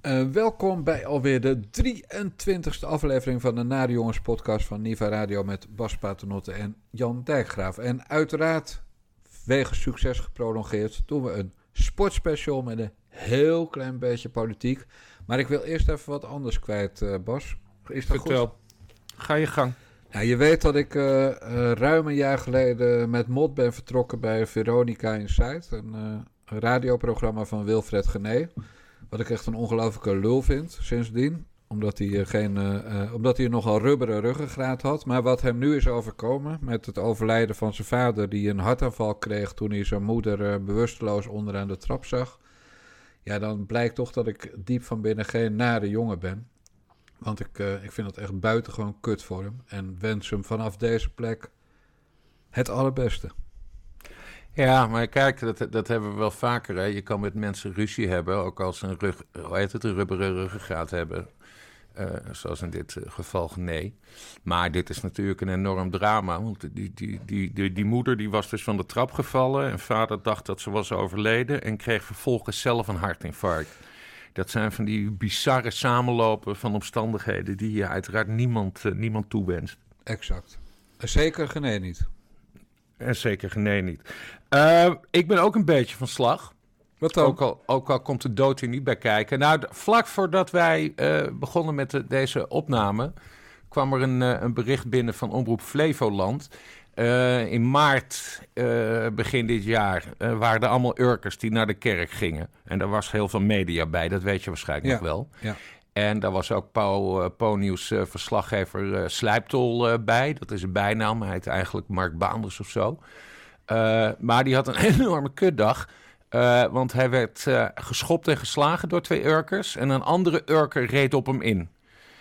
Welkom bij alweer de 23e aflevering van de Nare Jongens podcast van Niva Radio met Bas Paternotte en Jan Dijkgraaf. En uiteraard, wegens succes geprolongeerd, doen we een sportspecial met een heel klein beetje politiek. Maar ik wil eerst even wat anders kwijt, Bas. Is dat Vertel. goed? Ga je gang. Nou, je weet dat ik ruim een jaar geleden met Mot ben vertrokken bij Veronica Inside. Een radioprogramma van Wilfred Genee. Wat ik echt een ongelofelijke lul vind sindsdien. Omdat hij een nogal rubberen ruggengraat had. Maar wat hem nu is overkomen met het overlijden van zijn vader, die een hartaanval kreeg toen hij zijn moeder bewusteloos onderaan de trap zag. Ja, dan blijkt toch dat ik diep van binnen geen nare jongen ben. Want ik vind het echt buitengewoon kut voor hem. En wens hem vanaf deze plek het allerbeste. Ja, maar kijk, dat hebben we wel vaker. Hè. Je kan met mensen ruzie hebben, ook als ze een rubberen ruggengraat hebben. Zoals in dit geval nee. Maar dit is natuurlijk een enorm drama. Want die moeder die was dus van de trap gevallen. En vader dacht dat ze was overleden. En kreeg vervolgens zelf een hartinfarct. Dat zijn van die bizarre samenlopen van omstandigheden die je uiteraard niemand toewenst. Exact. Zeker Genee niet. En zeker Genee niet. Ik ben ook een beetje van slag. Wat dan? Ook al komt de dood hier niet bij kijken. Nou, vlak voordat wij begonnen met deze opname, kwam er een bericht binnen van Omroep Flevoland. In maart, begin dit jaar, waren er allemaal Urkers die naar de kerk gingen. En daar was heel veel media bij, dat weet je waarschijnlijk nog wel. Ja. En daar was ook Po-nieuws verslaggever Slijptol bij. Dat is een bijnaam, hij heet eigenlijk Mark Baanders of zo. Maar die had een enorme kutdag. Want hij werd geschopt en geslagen door 2 Urkers. En een andere Urker reed op hem in.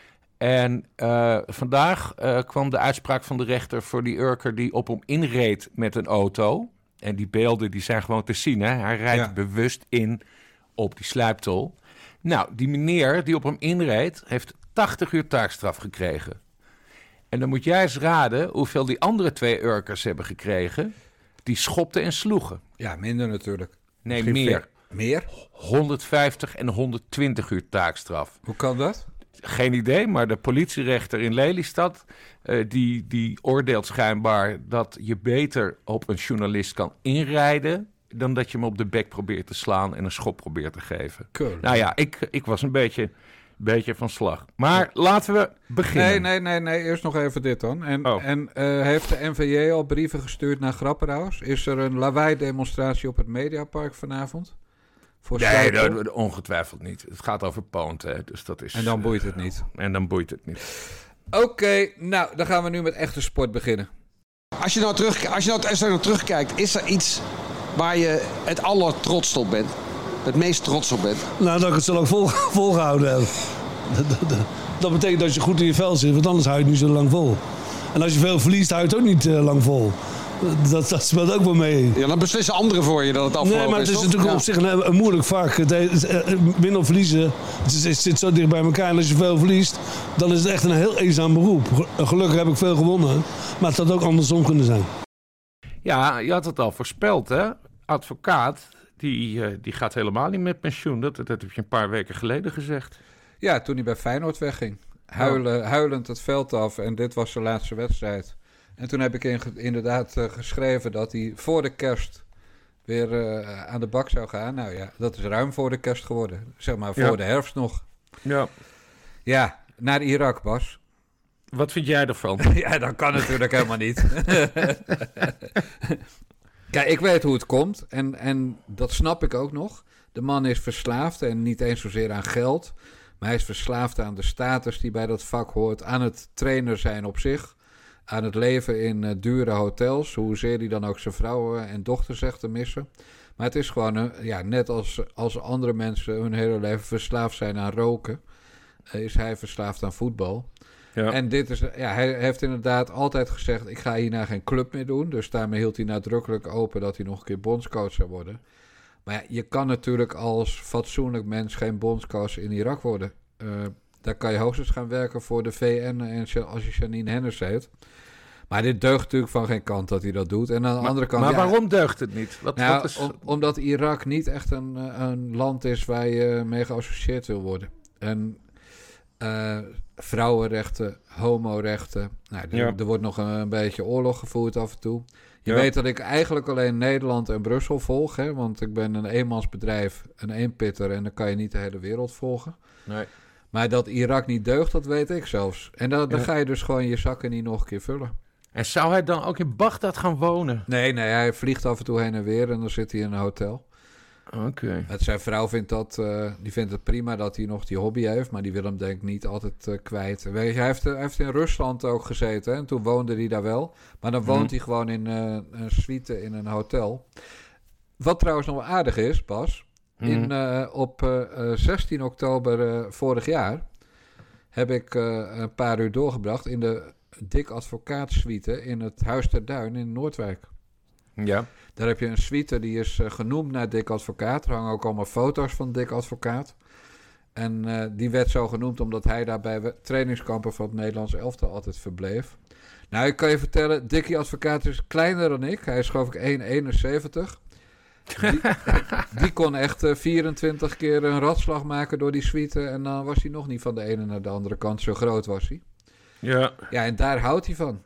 En vandaag kwam de uitspraak van de rechter voor die Urker die op hem inreed met een auto. En die beelden die zijn gewoon te zien. Hè? Hij rijdt bewust in op die Slijptol. Nou, die meneer die op hem inreed, heeft 80 uur taakstraf gekregen. En dan moet jij eens raden hoeveel die andere 2 Urkers hebben gekregen. Die schopten en sloegen. Ja, minder natuurlijk. Nee, Misschien meer. Meer? 150 en 120 uur taakstraf. Hoe kan dat? Geen idee, maar de politierechter in Lelystad, die oordeelt schijnbaar dat je beter op een journalist kan inrijden dan dat je hem op de bek probeert te slaan en een schop probeert te geven. Cool. Nou ja, ik was een beetje van slag. Maar laten we beginnen. Nee. Eerst nog even dit dan. En heeft de NVJ al brieven gestuurd naar Grapperhaus? Is er een lawaai-demonstratie op het Mediapark vanavond? Nee, ongetwijfeld niet. Het gaat over Poont, hè, dus dat is... En dan boeit het niet. Oké, nou, dan gaan we nu met echte sport beginnen. Als je nou terugkijkt, is er iets waar je het allertrotst op bent? Het meest trots op bent? Nou, dat ik het zo lang volgehouden heb. Dat betekent dat je goed in je vel zit, want anders hou je het niet zo lang vol. En als je veel verliest, hou je het ook niet lang vol. Dat speelt ook wel mee. Ja, dan beslissen anderen voor je dat het afgelopen is. Nee, maar het is natuurlijk op zich een moeilijk vak. Winnen of verliezen, het zit zo dicht bij elkaar. En als je veel verliest, dan is het echt een heel eenzaam beroep. Gelukkig heb ik veel gewonnen, maar het had ook andersom kunnen zijn. Ja, je had het al voorspeld, hè? Advocaat, die gaat helemaal niet met pensioen. Dat heb je een paar weken geleden gezegd. Ja, toen hij bij Feyenoord wegging. Huilend het veld af en dit was zijn laatste wedstrijd. En toen heb ik inderdaad geschreven dat hij voor de kerst weer aan de bak zou gaan. Nou ja, dat is ruim voor de kerst geworden. Zeg maar voor de herfst nog. Ja. Ja, naar Irak, Bas. Wat vind jij ervan? Ja, dat kan natuurlijk helemaal niet. Kijk, ik weet hoe het komt en dat snap ik ook nog. De man is verslaafd en niet eens zozeer aan geld. Maar hij is verslaafd aan de status die bij dat vak hoort. Aan het trainer zijn op zich. Aan het leven in dure hotels. Hoezeer hij dan ook zijn vrouw en dochter zegt te missen. Maar het is gewoon, net als andere mensen hun hele leven verslaafd zijn aan roken. Is hij verslaafd aan voetbal. Ja. En hij heeft inderdaad altijd gezegd, ik ga hierna geen club meer doen. Dus daarmee hield hij nadrukkelijk open dat hij nog een keer bondscoach zou worden. Maar ja, je kan natuurlijk als fatsoenlijk mens geen bondscoach in Irak worden. Daar kan je hoogstens gaan werken voor de VN en als je Janine Hennis heet. Maar dit deugt natuurlijk van geen kant dat hij dat doet. En aan de andere kant... Maar waarom deugt het niet? Omdat Irak niet echt een land is waar je mee geassocieerd wil worden. En vrouwenrechten, homorechten. Nou, er wordt nog een beetje oorlog gevoerd af en toe. Je weet dat ik eigenlijk alleen Nederland en Brussel volg. Hè, want ik ben een eenmansbedrijf, een eenpitter. En dan kan je niet de hele wereld volgen. Nee. Maar dat Irak niet deugt, dat weet ik zelfs. En dan ga je dus gewoon je zakken niet nog een keer vullen. En zou hij dan ook in Bagdad gaan wonen? Nee, hij vliegt af en toe heen en weer. En dan zit hij in een hotel. Oké. Zijn vrouw vindt het prima dat hij nog die hobby heeft, maar die wil hem denk ik niet altijd kwijt. Weet je, hij heeft in Rusland ook gezeten hè, en toen woonde hij daar wel. Maar dan woont hij gewoon in een suite in een hotel. Wat trouwens nog wel aardig is, Bas. Op 16 oktober vorig jaar heb ik een paar uur doorgebracht in de Dick Advocaat suite in het Huis ter Duin in Noordwijk. Ja. Daar heb je een suite die is genoemd naar Dick Advocaat. Er hangen ook allemaal foto's van Dick Advocaat. En die werd zo genoemd omdat hij daar bij trainingskampen van het Nederlands elftal altijd verbleef. Nou, ik kan je vertellen, Dickie Advocaat is kleiner dan ik. Hij is geloof ik 1,71. Die kon echt 24 keer een ratslag maken door die suite. En dan was hij nog niet van de ene naar de andere kant. Zo groot was hij. Ja. Ja, en daar houdt hij van.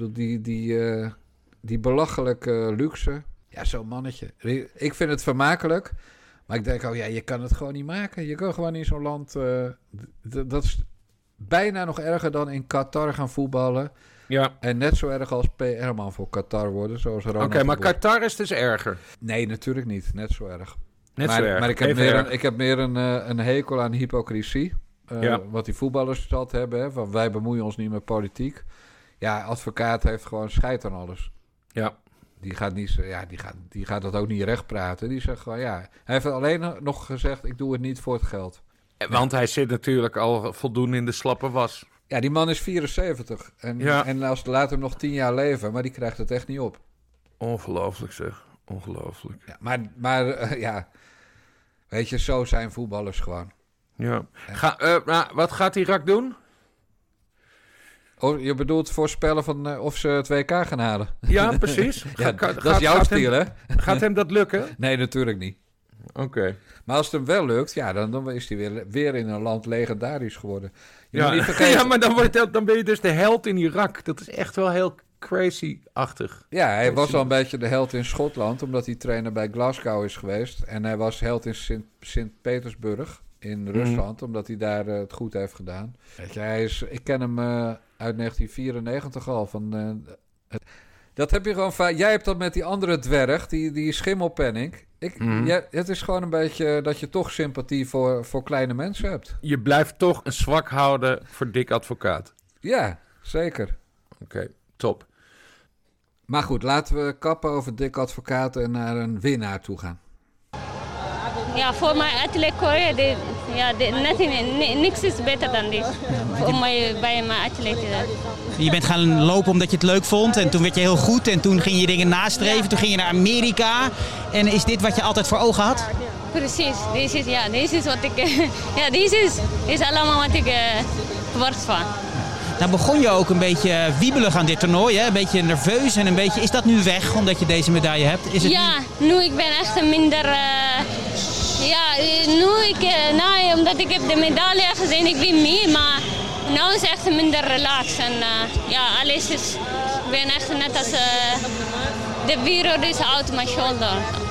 Die belachelijke luxe. Ja, zo'n mannetje. Ik vind het vermakelijk. Maar ik denk, je kan het gewoon niet maken. Je kan gewoon in zo'n land... dat is bijna nog erger dan in Qatar gaan voetballen. Ja. En net zo erg als PR-man voor Qatar worden. Zoals Ronald. Oké, maar Qatar is dus erger? Nee, natuurlijk niet. Net zo erg. Net zo erg. Maar ik heb meer een hekel aan hypocrisie. Wat die voetballers dat hebben. Hè, van wij bemoeien ons niet met politiek. Ja, Advocaat heeft gewoon scheid aan alles. Ja. Die gaat dat ook niet recht praten. Die zegt gewoon, hij heeft alleen nog gezegd, ik doe het niet voor het geld. Want hij zit natuurlijk al voldoende in de slappe was. Ja, die man is 74. En laat hem nog 10 jaar leven, maar die krijgt het echt niet op. Ongelooflijk zeg, ongelooflijk. Ja, maar weet je, zo zijn voetballers gewoon. Ja. Wat gaat Irak doen? Oh, je bedoelt voorspellen van of ze het WK gaan halen? Ja, precies. Dat is jouw stil, hè? Gaat hem dat lukken? Nee, natuurlijk niet. Oké. Maar als het hem wel lukt, dan is hij weer in een land legendarisch geworden. Moet niet vergeten... maar dan ben je dus de held in Irak. Dat is echt wel heel crazy-achtig. Ja, hij was al een beetje de held in Schotland, omdat hij trainer bij Glasgow is geweest. En hij was held in Sint-Petersburg in Rusland, omdat hij daar het goed heeft gedaan. Weet je, ik ken hem uit 1994 al. Dat heb je gewoon... Jij hebt dat met die andere dwerg, die Schimmelpenninck. Het is gewoon een beetje dat je toch sympathie voor kleine mensen hebt. Je blijft toch een zwak houden voor Dick Advocaat. Ja, zeker. Oké, top. Maar goed, laten we kappen over Dick Advocaat en naar een winnaar toe gaan. Ja, voor mijn athletic career, niks is beter dan dit. Bij mijn athletic. Je bent gaan lopen omdat je het leuk vond en toen werd je heel goed en toen ging je dingen nastreven. Ja. Toen ging je naar Amerika. En is dit wat je altijd voor ogen had? Precies, dit is wat ik... dit is allemaal wat ik word van. Nou begon je ook een beetje wiebelig aan dit toernooi, hè? Een beetje nerveus en een beetje... Is dat nu weg, omdat je deze medaille hebt? Is het nu ik ben echt minder... omdat ik heb de medaille gezien, ik win meer, maar nu is het echt minder relaxed. En alles is... Ik ben echt net als... de wereld is out my shoulder.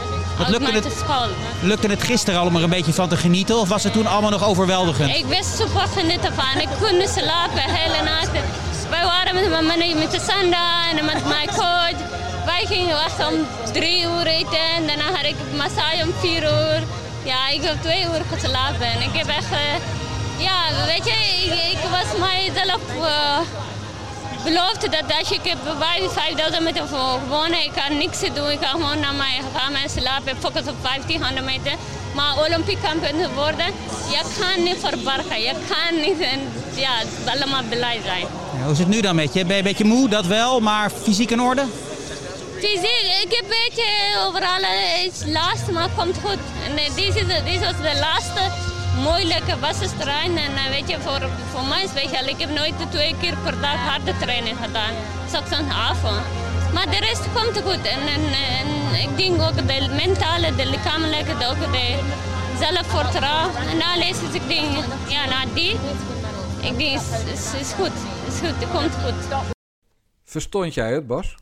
Lukte het gisteren al om er een beetje van te genieten of was het toen allemaal nog overweldigend? Ik was super genieten van. Ik kon niet slapen de hele nacht. Wij waren met de Sanda en met mijn coach. Wij gingen echt om 3 uur eten en daarna had ik massage om 4 uur. Ja, ik heb 2 uur geslapen en ik heb echt... weet je, ik was mijzelf... beloofde dat als ik bij 5000 meter gewonnen, ik kan niks doen. Ik kan gewoon naar mij gaan en slapen, focus op 1500 meter. Maar Olympisch kampioen worden, je kan niet verbergen. Je kan niet allemaal blij zijn. Ja, hoe is het nu dan met je? Ben je een beetje moe, dat wel, maar fysiek in orde? Fysiek, ik heb een beetje overal iets last, maar het komt goed. Dit was de laatste moeilijke wassenstrijd en weet je, voor mij speciaal. Ik heb nooit 2 keer per dag harde training gedaan, zoals een avond. Maar de rest komt goed en ik denk ook de mentale, de lichamelijke, ook zelf vertrouwen. En dan lees ik denk, die. Ik denk, is goed. Het komt goed. Verstond jij het, Bas?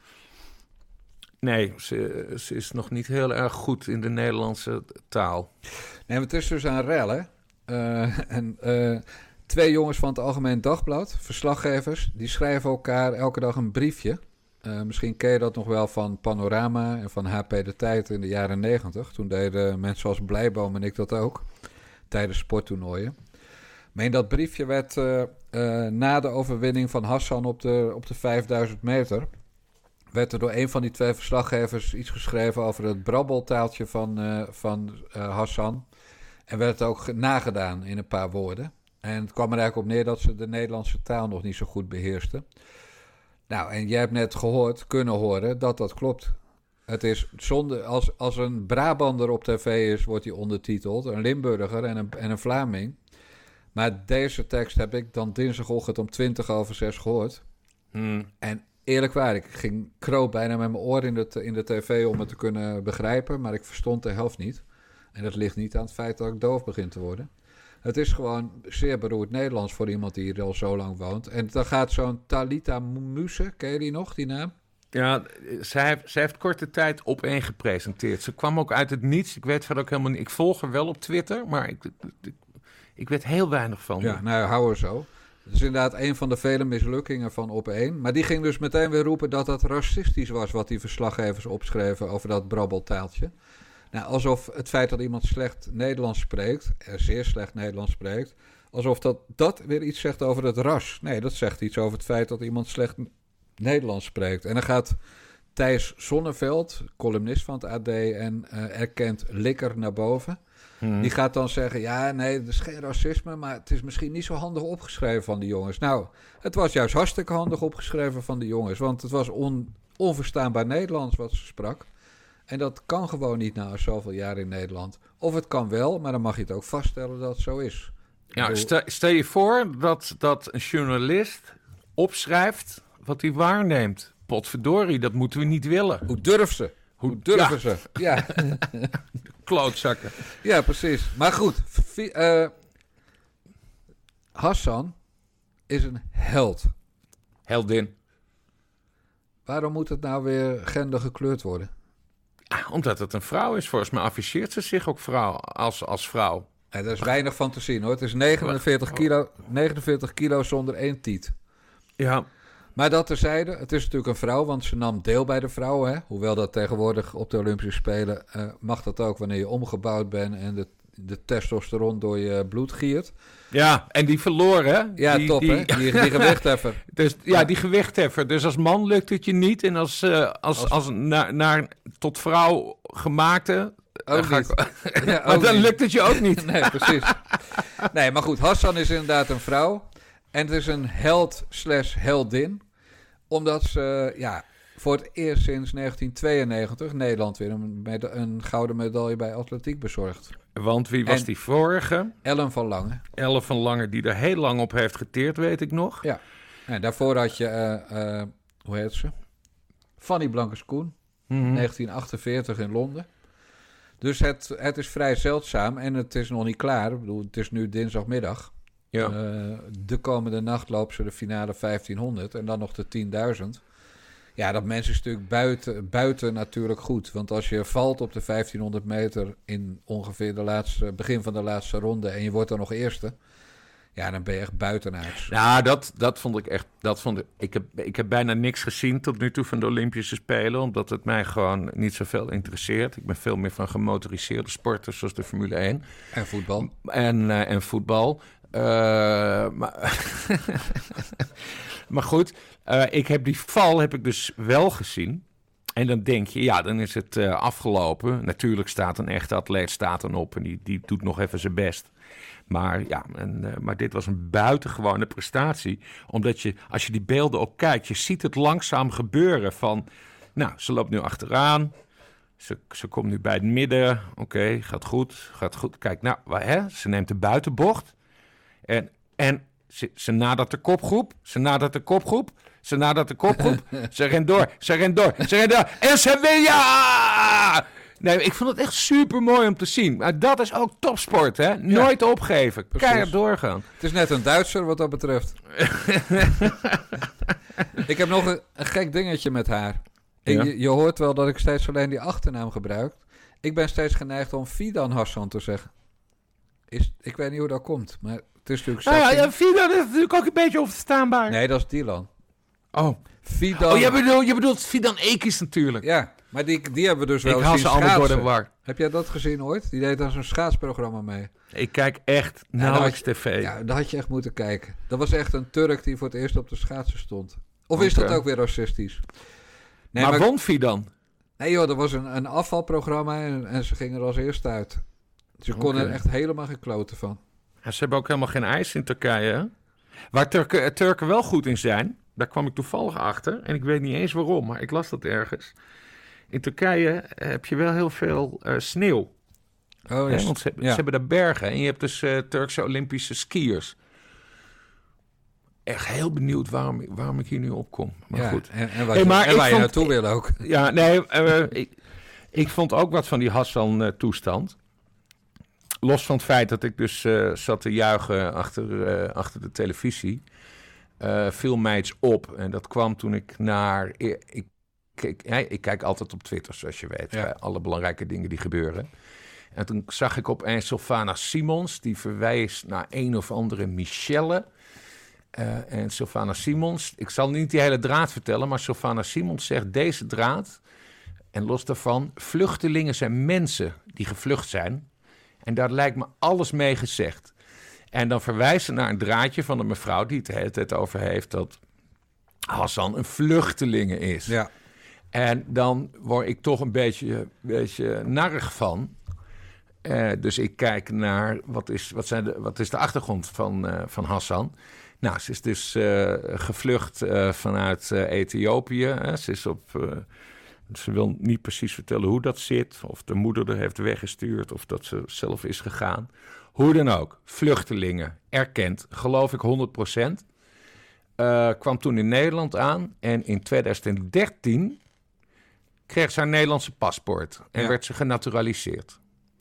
Nee, ze is nog niet heel erg goed in de Nederlandse taal. Nee, maar het is dus een rel, hè? Twee jongens van het Algemeen Dagblad, verslaggevers, die schrijven elkaar elke dag een briefje. Misschien ken je dat nog wel van Panorama en van HP De Tijd in de jaren 90. Toen deden mensen zoals Blijboom en ik dat ook, tijdens sporttoernooien. Maar in dat briefje werd na de overwinning van Hassan op de 5000 meter... werd er door een van die twee verslaggevers iets geschreven over het brabbeltaaltje van Hassan. En werd het ook nagedaan in een paar woorden. En het kwam er eigenlijk op neer dat ze de Nederlandse taal nog niet zo goed beheersten. Nou, en jij hebt net kunnen horen dat klopt. Het is zonde, als een Brabander op tv is, wordt hij ondertiteld. Een Limburger en een Vlaming. Maar deze tekst heb ik dan dinsdagochtend om 6:20 gehoord. En eerlijk waar, ik kroop bijna met mijn oor in de tv om het te kunnen begrijpen. Maar ik verstond de helft niet. En dat ligt niet aan het feit dat ik doof begin te worden. Het is gewoon zeer beroerd Nederlands voor iemand die hier al zo lang woont. En dan gaat zo'n Talita Muse, ken je die nog, die naam? Ja, zij heeft korte tijd Op1 gepresenteerd. Ze kwam ook uit het niets. Ik weet verder ook helemaal niet. Ik volg haar wel op Twitter, maar ik weet heel weinig van. Ja, nou, hou er zo. Het is inderdaad een van de vele mislukkingen van Op1. Maar die ging dus meteen weer roepen dat dat racistisch was wat die verslaggevers opschreven over dat brabbeltaaltje. Nou, alsof het feit dat iemand slecht Nederlands spreekt, zeer slecht Nederlands spreekt, alsof dat weer iets zegt over het ras. Nee, dat zegt iets over het feit dat iemand slecht Nederlands spreekt. En dan gaat Thijs Zonneveld, columnist van het AD en erkent Likker naar boven. Die gaat dan zeggen, ja, nee, dat is geen racisme, maar het is misschien niet zo handig opgeschreven van die jongens. Nou, het was juist hartstikke handig opgeschreven van die jongens, want het was onverstaanbaar Nederlands wat ze sprak. En dat kan gewoon niet na zoveel jaar in Nederland. Of het kan wel, maar dan mag je het ook vaststellen dat het zo is. Ja, stel je voor dat een journalist opschrijft wat hij waarneemt. Potverdorie, dat moeten we niet willen. Hoe durven ze? Hoe durven ze? Ja. Klootzakken. Ja, precies. Maar goed, Hassan is een held. Heldin. Waarom moet het nou weer gendergekleurd worden? Omdat het een vrouw is. Volgens mij afficheert ze zich ook als vrouw. Ja, er is weinig van te zien, hoor. Het is 49 kilo zonder 1 tiet. Ja. Maar dat terzijde, het is natuurlijk een vrouw, want ze nam deel bij de vrouwen. Hè? Hoewel dat tegenwoordig op de Olympische Spelen mag dat ook wanneer je omgebouwd bent en de testosteron door je bloed giert. Ja, en die verloor, hè? Ja, hè? Die gewichtheffer. Dus, ja, die gewichtheffer. Dus als man lukt het je niet. En als tot vrouw gemaakte... Ook niet. Dan lukt het je ook niet. Nee, precies. Nee, maar goed, Hassan is inderdaad een vrouw. En het is een held/heldin. Omdat ze voor het eerst sinds 1992 Nederland weer een gouden medaille bij atletiek bezorgt. Want wie was die vorige? Ellen van Lange. Ellen van Lange, die er heel lang op heeft geteerd, weet ik nog. Ja. En daarvoor had je, hoe heet ze? Fanny Blankers-Koen. 1948 in Londen. Dus het is vrij zeldzaam en het is nog niet klaar. Ik bedoel, het is nu dinsdagmiddag. Ja. De komende nacht lopen ze de finale 1500 en dan nog de 10.000. Ja, dat mensen is natuurlijk buiten natuurlijk goed. Want als je valt op de 1500 meter in ongeveer begin van de laatste ronde en je wordt dan nog eerste, ja, dan ben je echt buitenaards. Nou, dat vond ik echt. Ik heb bijna niks gezien tot nu toe van de Olympische Spelen, omdat het mij gewoon niet zoveel interesseert. Ik ben veel meer van gemotoriseerde sporten, zoals de Formule 1. En voetbal. En voetbal. Maar goed, ik heb die val dus wel gezien. En dan denk je, ja, dan is het afgelopen. Natuurlijk staat een echte atleet op en die doet nog even zijn best. Maar ja, maar dit was een buitengewone prestatie. Omdat als je die beelden ook kijkt, je ziet het langzaam gebeuren van... Nou, ze loopt nu achteraan. Ze komt nu bij het midden. Oké, gaat goed. Kijk, nou, ze neemt de buitenbocht. En ze nadert de kopgroep. Ze rent door. En ze wint, ja! Nee, ik vond het echt super mooi om te zien. Maar dat is ook topsport, hè? Nooit opgeven. Precies. Keihard doorgaan. Het is net een Duitser wat dat betreft. Ik heb nog een gek dingetje met haar. Ja. Je hoort wel dat ik steeds alleen die achternaam gebruik. Ik ben steeds geneigd om Fidan Hassan te zeggen. Ik weet niet hoe dat komt, maar het is natuurlijk... Fidan is natuurlijk ook een beetje onverstaanbaar. Nee, dat is Dylan. Oh. Fidan... Je bedoelt Fidan Ekis natuurlijk. Ja, maar die hebben we dus wel Ik haal zien ze allemaal door de schaatsen. war. Heb jij dat gezien ooit? Die deed aan zo'n schaatsprogramma mee. Ik kijk echt nauwelijks tv. Ja, dat had je echt moeten kijken. Dat was echt een Turk die voor het eerst op de schaatsen stond. Of is Oké. dat ook weer racistisch? Nee, maar won Fidan? Nee joh, dat was een afvalprogramma en ze gingen er als eerste uit. Ze konden er echt helemaal geen kloten van. Ja, ze hebben ook helemaal geen ijs in Turkije, hè? Waar Turken wel goed in zijn, daar kwam ik toevallig achter. En ik weet niet eens waarom, maar ik las dat ergens. In Turkije heb je wel heel veel sneeuw. Oh, Want ze hebben daar bergen. En je hebt dus Turkse Olympische skiers. Echt heel benieuwd waarom ik hier nu opkom. Maar goed. En waar je naartoe wil ook. Ja, nee, ik vond ook wat van die Hassan-toestand. Los van het feit dat ik dus zat te juichen achter de televisie, viel mij iets op. En dat kwam toen ik naar... Ik kijk altijd op Twitter, zoals je weet. Alle belangrijke dingen die gebeuren. En toen zag ik opeens Sylvana Simons, die verwijst naar een of andere Michelle. En Sylvana Simons, ik zal niet die hele draad vertellen, maar Sylvana Simons zegt deze draad. En los daarvan, vluchtelingen zijn mensen die gevlucht zijn. En daar lijkt me alles mee gezegd. En dan verwijst ze naar een draadje van een mevrouw die het de hele tijd over heeft dat Hassan een vluchteling is. Ja. En dan word ik toch een beetje narrig van. Dus ik kijk naar wat is de achtergrond van Hassan. Nou, ze is dus gevlucht vanuit Ethiopië. Ze wil niet precies vertellen hoe dat zit. Of de moeder er heeft weggestuurd. Of dat ze zelf is gegaan. Hoe dan ook. Vluchtelingen. Erkend. Geloof ik 100%. Kwam toen in Nederland aan. En in 2013 kreeg ze haar Nederlandse paspoort. En werd ze genaturaliseerd.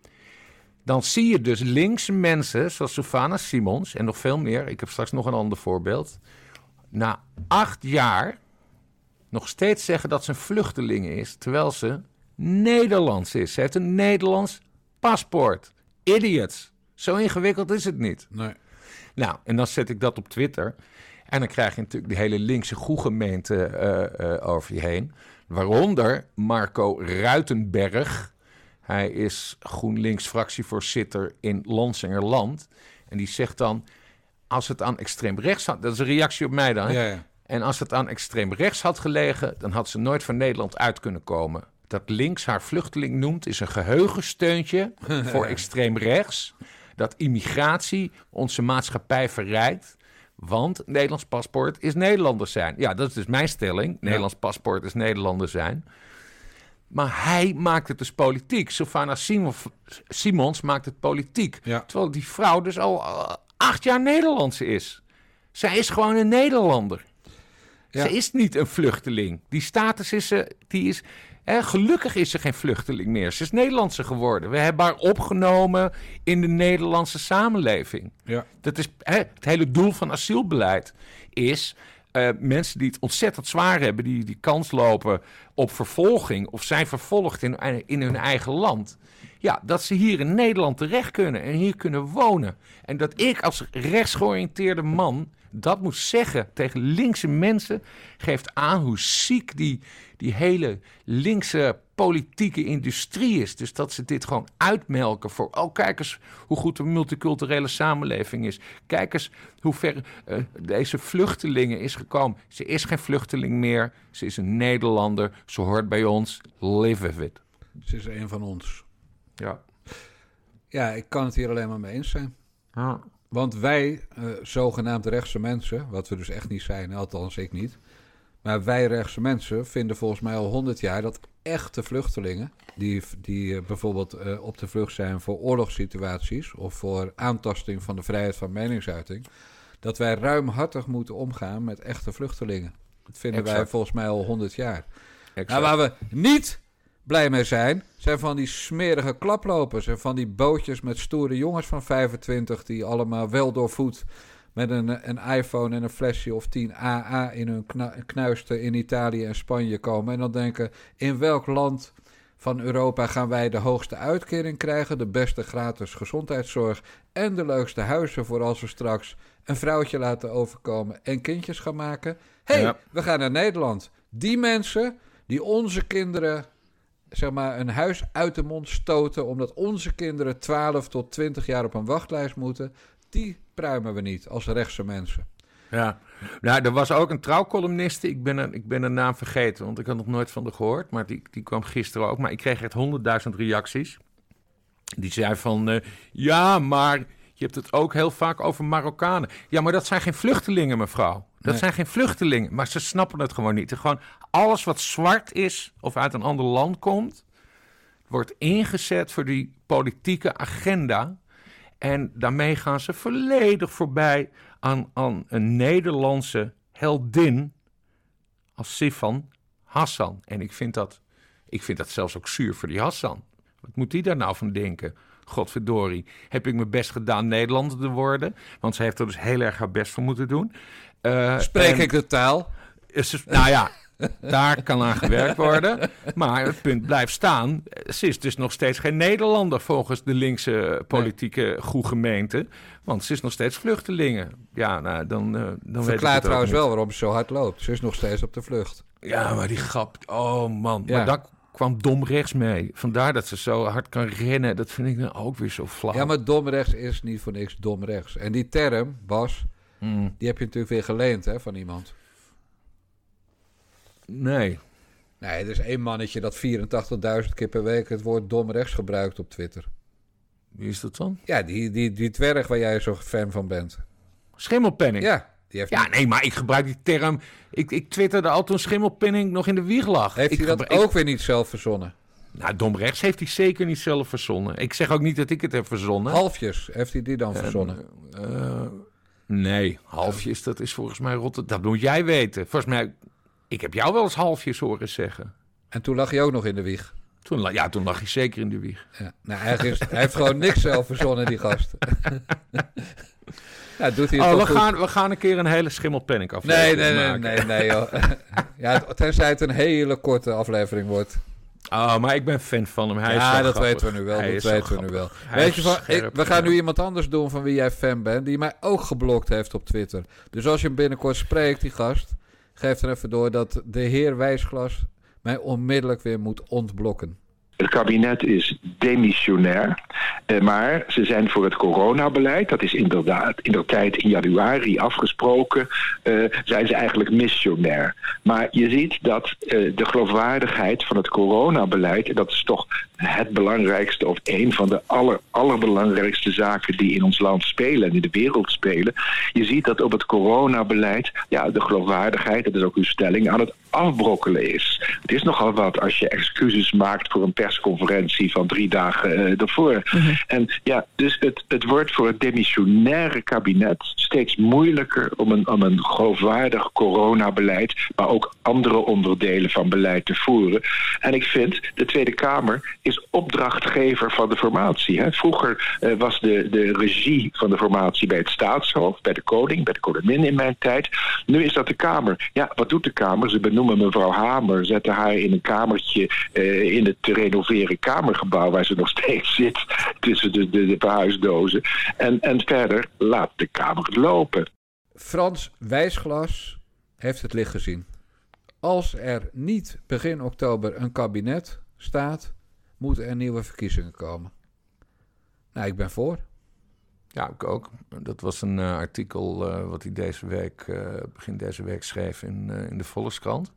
Dan zie je dus linkse mensen zoals Sylvana Simons en nog veel meer. Ik heb straks nog een ander voorbeeld. Na 8 jaar nog steeds zeggen dat ze een vluchteling is, terwijl ze Nederlands is. Ze heeft een Nederlands paspoort. Idiots. Zo ingewikkeld is het niet. Nee. Nou, en dan zet ik dat op Twitter. En dan krijg je natuurlijk die hele linkse goegemeente over je heen. Waaronder Marco Ruitenberg. Hij is GroenLinks-fractievoorzitter in Lansingerland. En die zegt dan, als het aan extreem rechts had... Dat is een reactie op mij dan. Ja. En als het aan extreem rechts had gelegen, dan had ze nooit van Nederland uit kunnen komen. Dat links haar vluchteling noemt, is een geheugensteuntje voor extreem rechts. Dat immigratie onze maatschappij verrijkt. Want Nederlands paspoort is Nederlander zijn. Ja, dat is dus mijn stelling. Nederlands paspoort is Nederlander zijn. Maar hij maakt het dus politiek. Sylvana Simons maakt het politiek. Ja. Terwijl die vrouw dus al 8 jaar Nederlandse is. Zij is gewoon een Nederlander. Ja. Ze is niet een vluchteling. Die status is ze... gelukkig is ze geen vluchteling meer. Ze is Nederlandse geworden. We hebben haar opgenomen in de Nederlandse samenleving. Ja. Dat is het hele doel van asielbeleid is... mensen die het ontzettend zwaar hebben, die kans lopen op vervolging of zijn vervolgd in hun eigen land. Ja, dat ze hier in Nederland terecht kunnen en hier kunnen wonen. En dat ik als rechtsgeoriënteerde man dat moet zeggen tegen linkse mensen, geeft aan hoe ziek die hele linkse politieke industrie is. Dus dat ze dit gewoon uitmelken voor... kijk eens hoe goed de multiculturele samenleving is. Kijk eens hoe ver deze vluchtelingen is gekomen. Ze is geen vluchteling meer. Ze is een Nederlander. Ze hoort bij ons. Live with it. Ze is een van ons. Ja. Ja, ik kan het hier alleen maar mee eens zijn. Ah. Want wij, zogenaamd rechtse mensen... wat we dus echt niet zijn, althans ik niet... maar wij rechtse mensen vinden volgens mij al 100 jaar... dat echte vluchtelingen... die bijvoorbeeld op de vlucht zijn voor oorlogssituaties... of voor aantasting van de vrijheid van meningsuiting... dat wij ruimhartig moeten omgaan met echte vluchtelingen. Dat vinden wij volgens mij al 100 jaar. Nou, waar we niet blij mee zijn van die smerige klaplopers en van die bootjes met stoere jongens van 25 die allemaal wel doorvoed met een iPhone en een flesje of 10 AA in hun knuisten in Italië en Spanje komen. En dan denken, in welk land van Europa gaan wij de hoogste uitkering krijgen, de beste gratis gezondheidszorg en de leukste huizen voor als we straks een vrouwtje laten overkomen en kindjes gaan maken. We gaan naar Nederland. Die mensen die onze kinderen, zeg maar, een huis uit de mond stoten omdat onze kinderen 12 tot 20 jaar op een wachtlijst moeten, die pruimen we niet als rechtse mensen. Ja, nou, er was ook een trouwcolumniste. Ik ben een naam vergeten, want ik had nog nooit van haar gehoord. Maar die kwam gisteren ook. Maar ik kreeg echt 100.000 reacties. Die zei van, ja, maar je hebt het ook heel vaak over Marokkanen. Ja, maar dat zijn geen vluchtelingen, mevrouw. Dat zijn geen vluchtelingen, maar ze snappen het gewoon niet. Gewoon alles wat zwart is of uit een ander land komt, wordt ingezet voor die politieke agenda. En daarmee gaan ze volledig voorbij aan een Nederlandse heldin als Sifan Hassan. En ik vind dat zelfs ook zuur voor die Hassan. Wat moet die daar nou van denken? Godverdorie, heb ik mijn best gedaan Nederlander te worden? Want ze heeft er dus heel erg haar best voor moeten doen. Spreek ik de taal? Nou ja, daar kan aan gewerkt worden. Maar het punt blijft staan. Ze is dus nog steeds geen Nederlander volgens de linkse politieke goegemeente. Want ze is nog steeds vluchtelingen. Ja, nou, dan weet ik verklaart trouwens wel waarom ze zo hard loopt. Ze is nog steeds op de vlucht. Ja, maar die grap. Oh man. Ja. Maar daar kwam dom rechts mee. Vandaar dat ze zo hard kan rennen. Dat vind ik nou ook weer zo flauw. Ja, maar dom rechts is niet voor niks dom rechts. En die term, Bas, die heb je natuurlijk weer geleend hè, van iemand. Nee, er is één mannetje dat 84.000 keer per week het woord dom rechts gebruikt op Twitter. wie is dat dan? Ja, die dwerg waar jij zo fan van bent. Schimmelpenning. Ja, die heeft... Ja, nee, maar ik gebruik die term. Ik twitterde al toen Schimmelpenning nog in de wieg lag. Heeft hij dat ook weer niet zelf verzonnen? Nou, dom rechts heeft hij zeker niet zelf verzonnen. Ik zeg ook niet dat ik het heb verzonnen. Halfjes, heeft hij die dan verzonnen? Nee, halfjes, dat is volgens mij dat moet jij weten. Volgens mij, ik heb jou wel eens halfjes horen zeggen. En toen lag je ook nog in de wieg. Toen lag hij zeker in de wieg. Ja, nou, hij heeft gewoon niks zelf verzonnen, die gast. Ja, doet hij het we gaan een keer een hele Schimmelpenning aflevering maken. Nee, joh. Ja, tenzij het een hele korte aflevering wordt. Oh, maar ik ben fan van hem. Hij is dat grappig. weten we nu wel. Weet je we gaan nu iemand anders doen van wie jij fan bent, die mij ook geblokt heeft op Twitter. Dus als je hem binnenkort spreekt, die gast, geef er even door dat de heer Wijsglas mij onmiddellijk weer moet ontblokken. Het kabinet is demissionair, maar ze zijn voor het coronabeleid, dat is inderdaad in de tijd in januari afgesproken, zijn ze eigenlijk missionair. Maar je ziet dat de geloofwaardigheid van het coronabeleid, en dat is toch het belangrijkste of een van de allerbelangrijkste zaken die in ons land spelen en in de wereld spelen. Je ziet dat op het coronabeleid, ja, de geloofwaardigheid, dat is ook uw stelling, aan het afbrokkelen is. Het is nogal wat als je excuses maakt voor een persconferentie van 3 dagen daarvoor. Mm-hmm. En ja, dus het wordt voor het demissionaire kabinet steeds moeilijker om een geloofwaardig coronabeleid, maar ook andere onderdelen van beleid te voeren. En ik vind, de Tweede Kamer is opdrachtgever van de formatie. Hè. Vroeger was de regie van de formatie bij het staatshoofd, bij de koning, bij de koningin in mijn tijd. Nu is dat de Kamer. Ja, wat doet de Kamer? Ze benoemen mevrouw Hamer, zetten haar in een kamertje in het te renoveren kamergebouw waar ze nog steeds zit tussen de verhuisdozen. En verder laat de Kamer het lopen. Frans Wijsglas heeft het licht gezien. Als er niet begin oktober een kabinet staat, moeten er nieuwe verkiezingen komen. Nou, ik ben voor. Ja, ik ook. Dat was een artikel wat hij begin deze week schreef in de Volkskrant.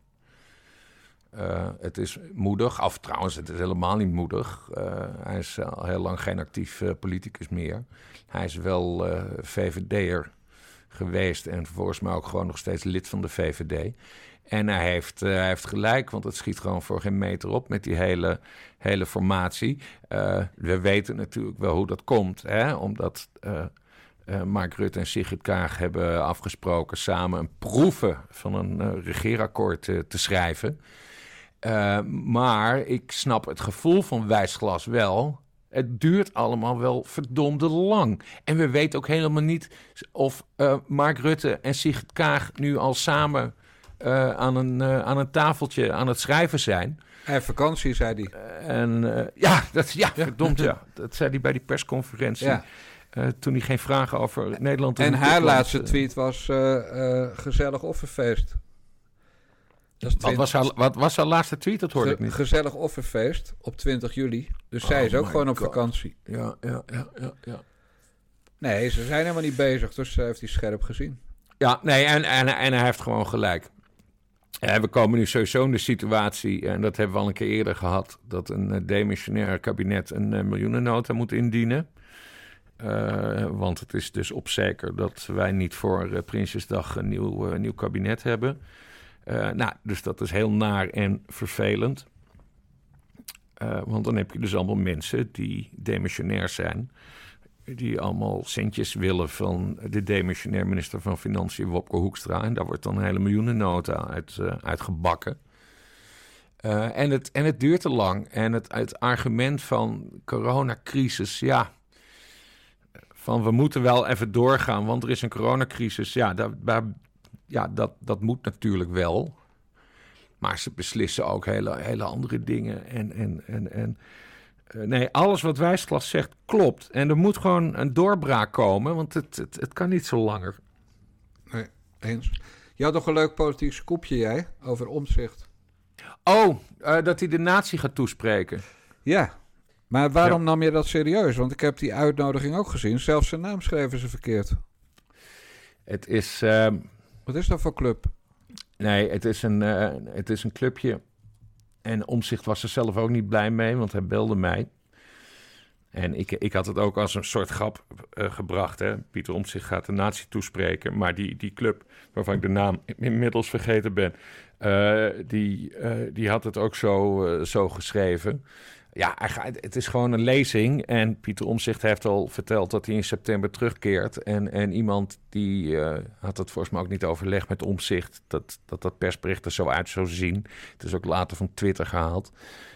Het is moedig, of trouwens, het is helemaal niet moedig. Hij is al heel lang geen actief politicus meer. Hij is wel VVD'er geweest en volgens mij ook gewoon nog steeds lid van de VVD. En hij heeft gelijk, want het schiet gewoon voor geen meter op met die hele formatie. We weten natuurlijk wel hoe dat komt, hè? Omdat Mark Rutte en Sigrid Kaag hebben afgesproken samen een proeven van een regeerakkoord te schrijven. Maar ik snap het gevoel van wijsglas wel. Het duurt allemaal wel verdomde lang. En we weten ook helemaal niet of Mark Rutte en Sigrid Kaag nu al samen aan een tafeltje aan het schrijven zijn. En vakantie, zei hij. Verdomd, ja. Dat zei hij bij die persconferentie. Ja. Toen hij geen vragen over Nederland... En haar laatste tweet was gezellig offerfeest. Wat was haar laatste tweet? Dat hoorde ik niet. Gezellig offerfeest op 20 juli. Dus zij is ook gewoon op vakantie. Ja. Nee, ze zijn helemaal niet bezig. Dus heeft hij scherp gezien. Ja, nee, en hij heeft gewoon gelijk. We komen nu sowieso in de situatie, en dat hebben we al een keer eerder gehad, dat een demissionair kabinet een miljoenennota moet indienen. Want het is dus op zeker dat wij niet voor Prinsjesdag een nieuw kabinet hebben. Dus dat is heel naar en vervelend. Want dan heb je dus allemaal mensen die demissionair zijn, die allemaal centjes willen van de demissionair minister van Financiën, Wopke Hoekstra. En daar wordt dan een hele miljoenennota uit gebakken. En het duurt te lang. En het argument van coronacrisis, van we moeten wel even doorgaan, want er is een coronacrisis. Dat moet natuurlijk wel. Maar ze beslissen ook hele andere dingen. Nee, alles wat wijsglas zegt klopt. En er moet gewoon een doorbraak komen, want het kan niet zo langer. Nee, eens. Je had nog een leuk politiek scoopje, jij, over Omtzigt. Dat hij de natie gaat toespreken. Ja, maar waarom nam je dat serieus? Want ik heb die uitnodiging ook gezien. Zelfs zijn naam schreven ze verkeerd. Het is... Wat is dat voor club? Nee, het is een clubje. En Omtzigt was er zelf ook niet blij mee, want hij belde mij. En ik had het ook als een soort grap gebracht. Hè? Pieter Omtzigt gaat de natie toespreken. Maar die club, waarvan ik de naam inmiddels vergeten ben, die had het ook zo geschreven. Ja, het is gewoon een lezing. En Pieter Omtzigt heeft al verteld dat hij in september terugkeert. En iemand die had het volgens mij ook niet overlegd met Omtzigt, dat persbericht er zo uit zou zien. Het is ook later van Twitter gehaald.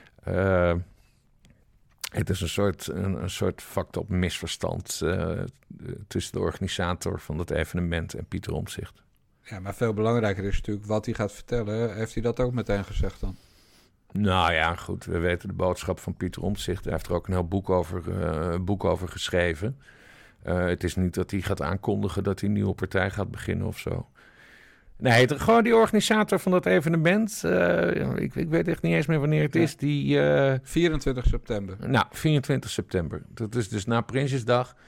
Het is een soort fucked-up misverstand tussen de organisator van dat evenement en Pieter Omtzigt. Ja, maar veel belangrijker is natuurlijk wat hij gaat vertellen. Heeft hij dat ook meteen gezegd dan? Nou ja, goed. We weten de boodschap van Pieter Omtzigt. Hij heeft er ook een heel boek over geschreven. Het is niet dat hij gaat aankondigen dat hij een nieuwe partij gaat beginnen of zo. Nee, gewoon die organisator van dat evenement. Ik weet echt niet eens meer wanneer het is. 24 september. Nou, 24 september. Dat is dus na Prinsjesdag.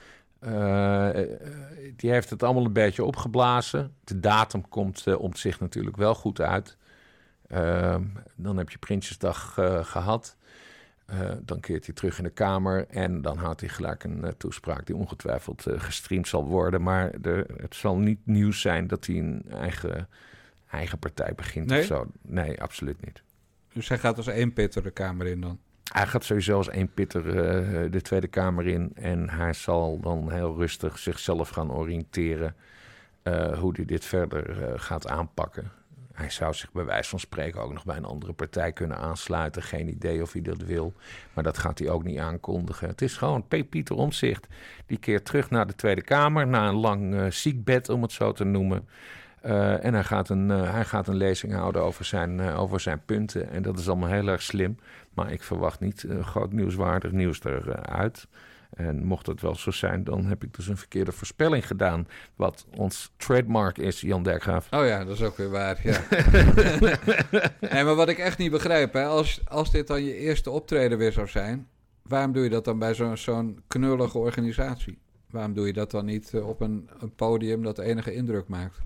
Die heeft het allemaal een beetje opgeblazen. De datum komt Omtzigt natuurlijk wel goed uit. Dan heb je Prinsjesdag gehad. Dan keert hij terug in de Kamer. En dan houdt hij gelijk een toespraak die ongetwijfeld gestreamd zal worden. Maar het zal niet nieuws zijn dat hij een eigen partij begint. Nee? Of zo. Nee, absoluut niet. Dus hij gaat als één pitter de Kamer in dan? Hij gaat sowieso als één pitter de Tweede Kamer in. En hij zal dan heel rustig zichzelf gaan oriënteren hoe hij dit verder gaat aanpakken. Hij zou zich bij wijze van spreken ook nog bij een andere partij kunnen aansluiten. Geen idee of hij dat wil. Maar dat gaat hij ook niet aankondigen. Het is gewoon Pieter Omtzigt. Die keert terug naar de Tweede Kamer. Na een lang ziekbed, om het zo te noemen. En hij gaat een lezing houden over zijn punten. En dat is allemaal heel erg slim. Maar ik verwacht niet groot nieuwswaardig nieuws eruit. En mocht het wel zo zijn, dan heb ik dus een verkeerde voorspelling gedaan. Wat ons trademark is, Jan Dijkgraaf. Oh ja, dat is ook weer waar, ja. Nee, maar wat ik echt niet begrijp, hè, als dit dan je eerste optreden weer zou zijn, waarom doe je dat dan bij zo'n knullige organisatie? Waarom doe je dat dan niet op een podium dat enige indruk maakt?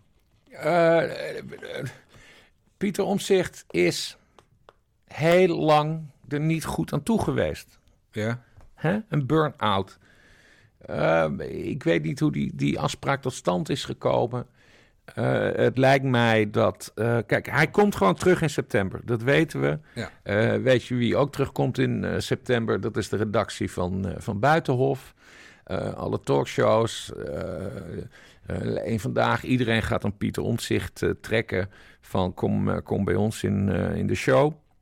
Pieter Omtzigt is heel lang er niet goed aan toe geweest. Ja. Een burn-out. Ik weet niet hoe die afspraak tot stand is gekomen. Het lijkt mij dat... kijk, hij komt gewoon terug in september. Dat weten we. Ja. Weet je wie ook terugkomt in september? Dat is de redactie van Buitenhof. Alle talkshows. Eén Vandaag. Iedereen gaat dan Pieter Omtzigt trekken van kom bij ons in de show.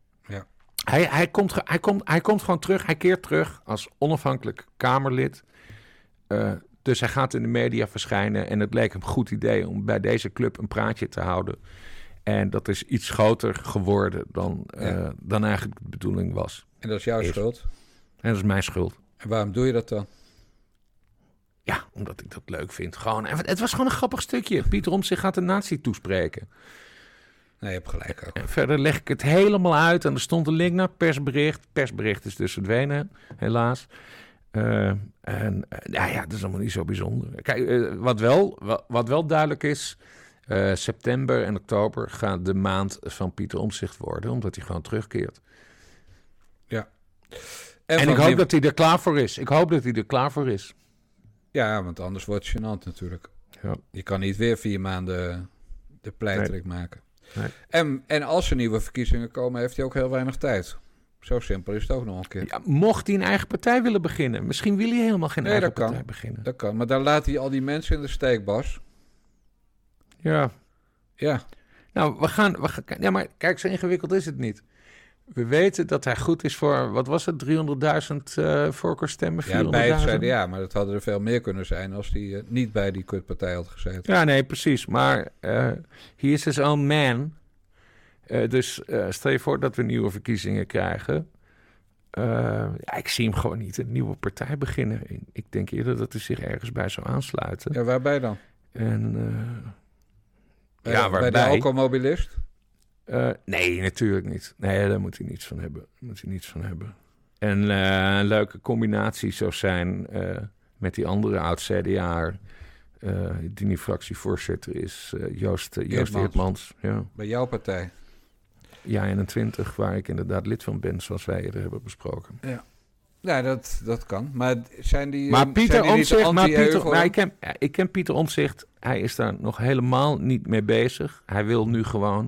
Hij komt gewoon terug. Hij keert terug als onafhankelijk Kamerlid. Dus hij gaat in de media verschijnen. En het leek hem een goed idee om bij deze club een praatje te houden. En dat is iets groter geworden dan eigenlijk de bedoeling was. En dat is jouw schuld? En dat is mijn schuld. En waarom doe je dat dan? Ja, omdat ik dat leuk vind. Gewoon, het was gewoon een grappig stukje. Pieter Omtzigt gaat een nazi toespreken. Nee, je hebt gelijk ook. En verder leg ik het helemaal uit. En er stond een link naar het persbericht. Persbericht is dus verdwenen, helaas. Dat is allemaal niet zo bijzonder. Kijk, wat wel duidelijk is... september en oktober gaat de maand van Pieter Omtzigt worden. Omdat hij gewoon terugkeert. Ja. En ik hoop dat hij er klaar voor is. Ja, want anders wordt het gênant natuurlijk. Ja. Je kan niet weer 4 maanden de pleitrik maken. Nee. En als er nieuwe verkiezingen komen, heeft hij ook heel weinig tijd. Zo simpel is het ook nog een keer. Ja, mocht hij een eigen partij willen beginnen. Misschien wil hij helemaal geen eigen partij beginnen. Dat kan, maar dan laat hij al die mensen in de steek, Bas. Ja. Ja. Nou, we gaan... Ja, maar kijk, zo ingewikkeld is het niet. We weten dat hij goed is voor, wat was het, 300.000 voorkeurstemmen? Ja, bij het CDA, maar dat hadden er veel meer kunnen zijn als hij niet bij die kutpartij had gezeten. Ja, nee, precies. Maar he is his own man. Dus stel je voor dat we nieuwe verkiezingen krijgen. Ik zie hem gewoon niet een nieuwe partij beginnen. Ik denk eerder dat hij zich ergens bij zou aansluiten. Ja, waarbij dan? Waarbij? Bij de alcoholmobilist? Nee, natuurlijk niet. Nee, daar moet hij niets van hebben. En een leuke combinatie zou zijn met die andere oud-CDA'er... die nu fractievoorzitter is, Joost Eertmans. Ja. Bij jouw partij? Ja, 21, waar ik inderdaad lid van ben, zoals wij eerder hebben besproken. Ja, dat kan. Maar zijn die Maar Pieter Omtzigt... Ik ken Pieter Omtzigt. Hij is daar nog helemaal niet mee bezig. Hij wil nu gewoon...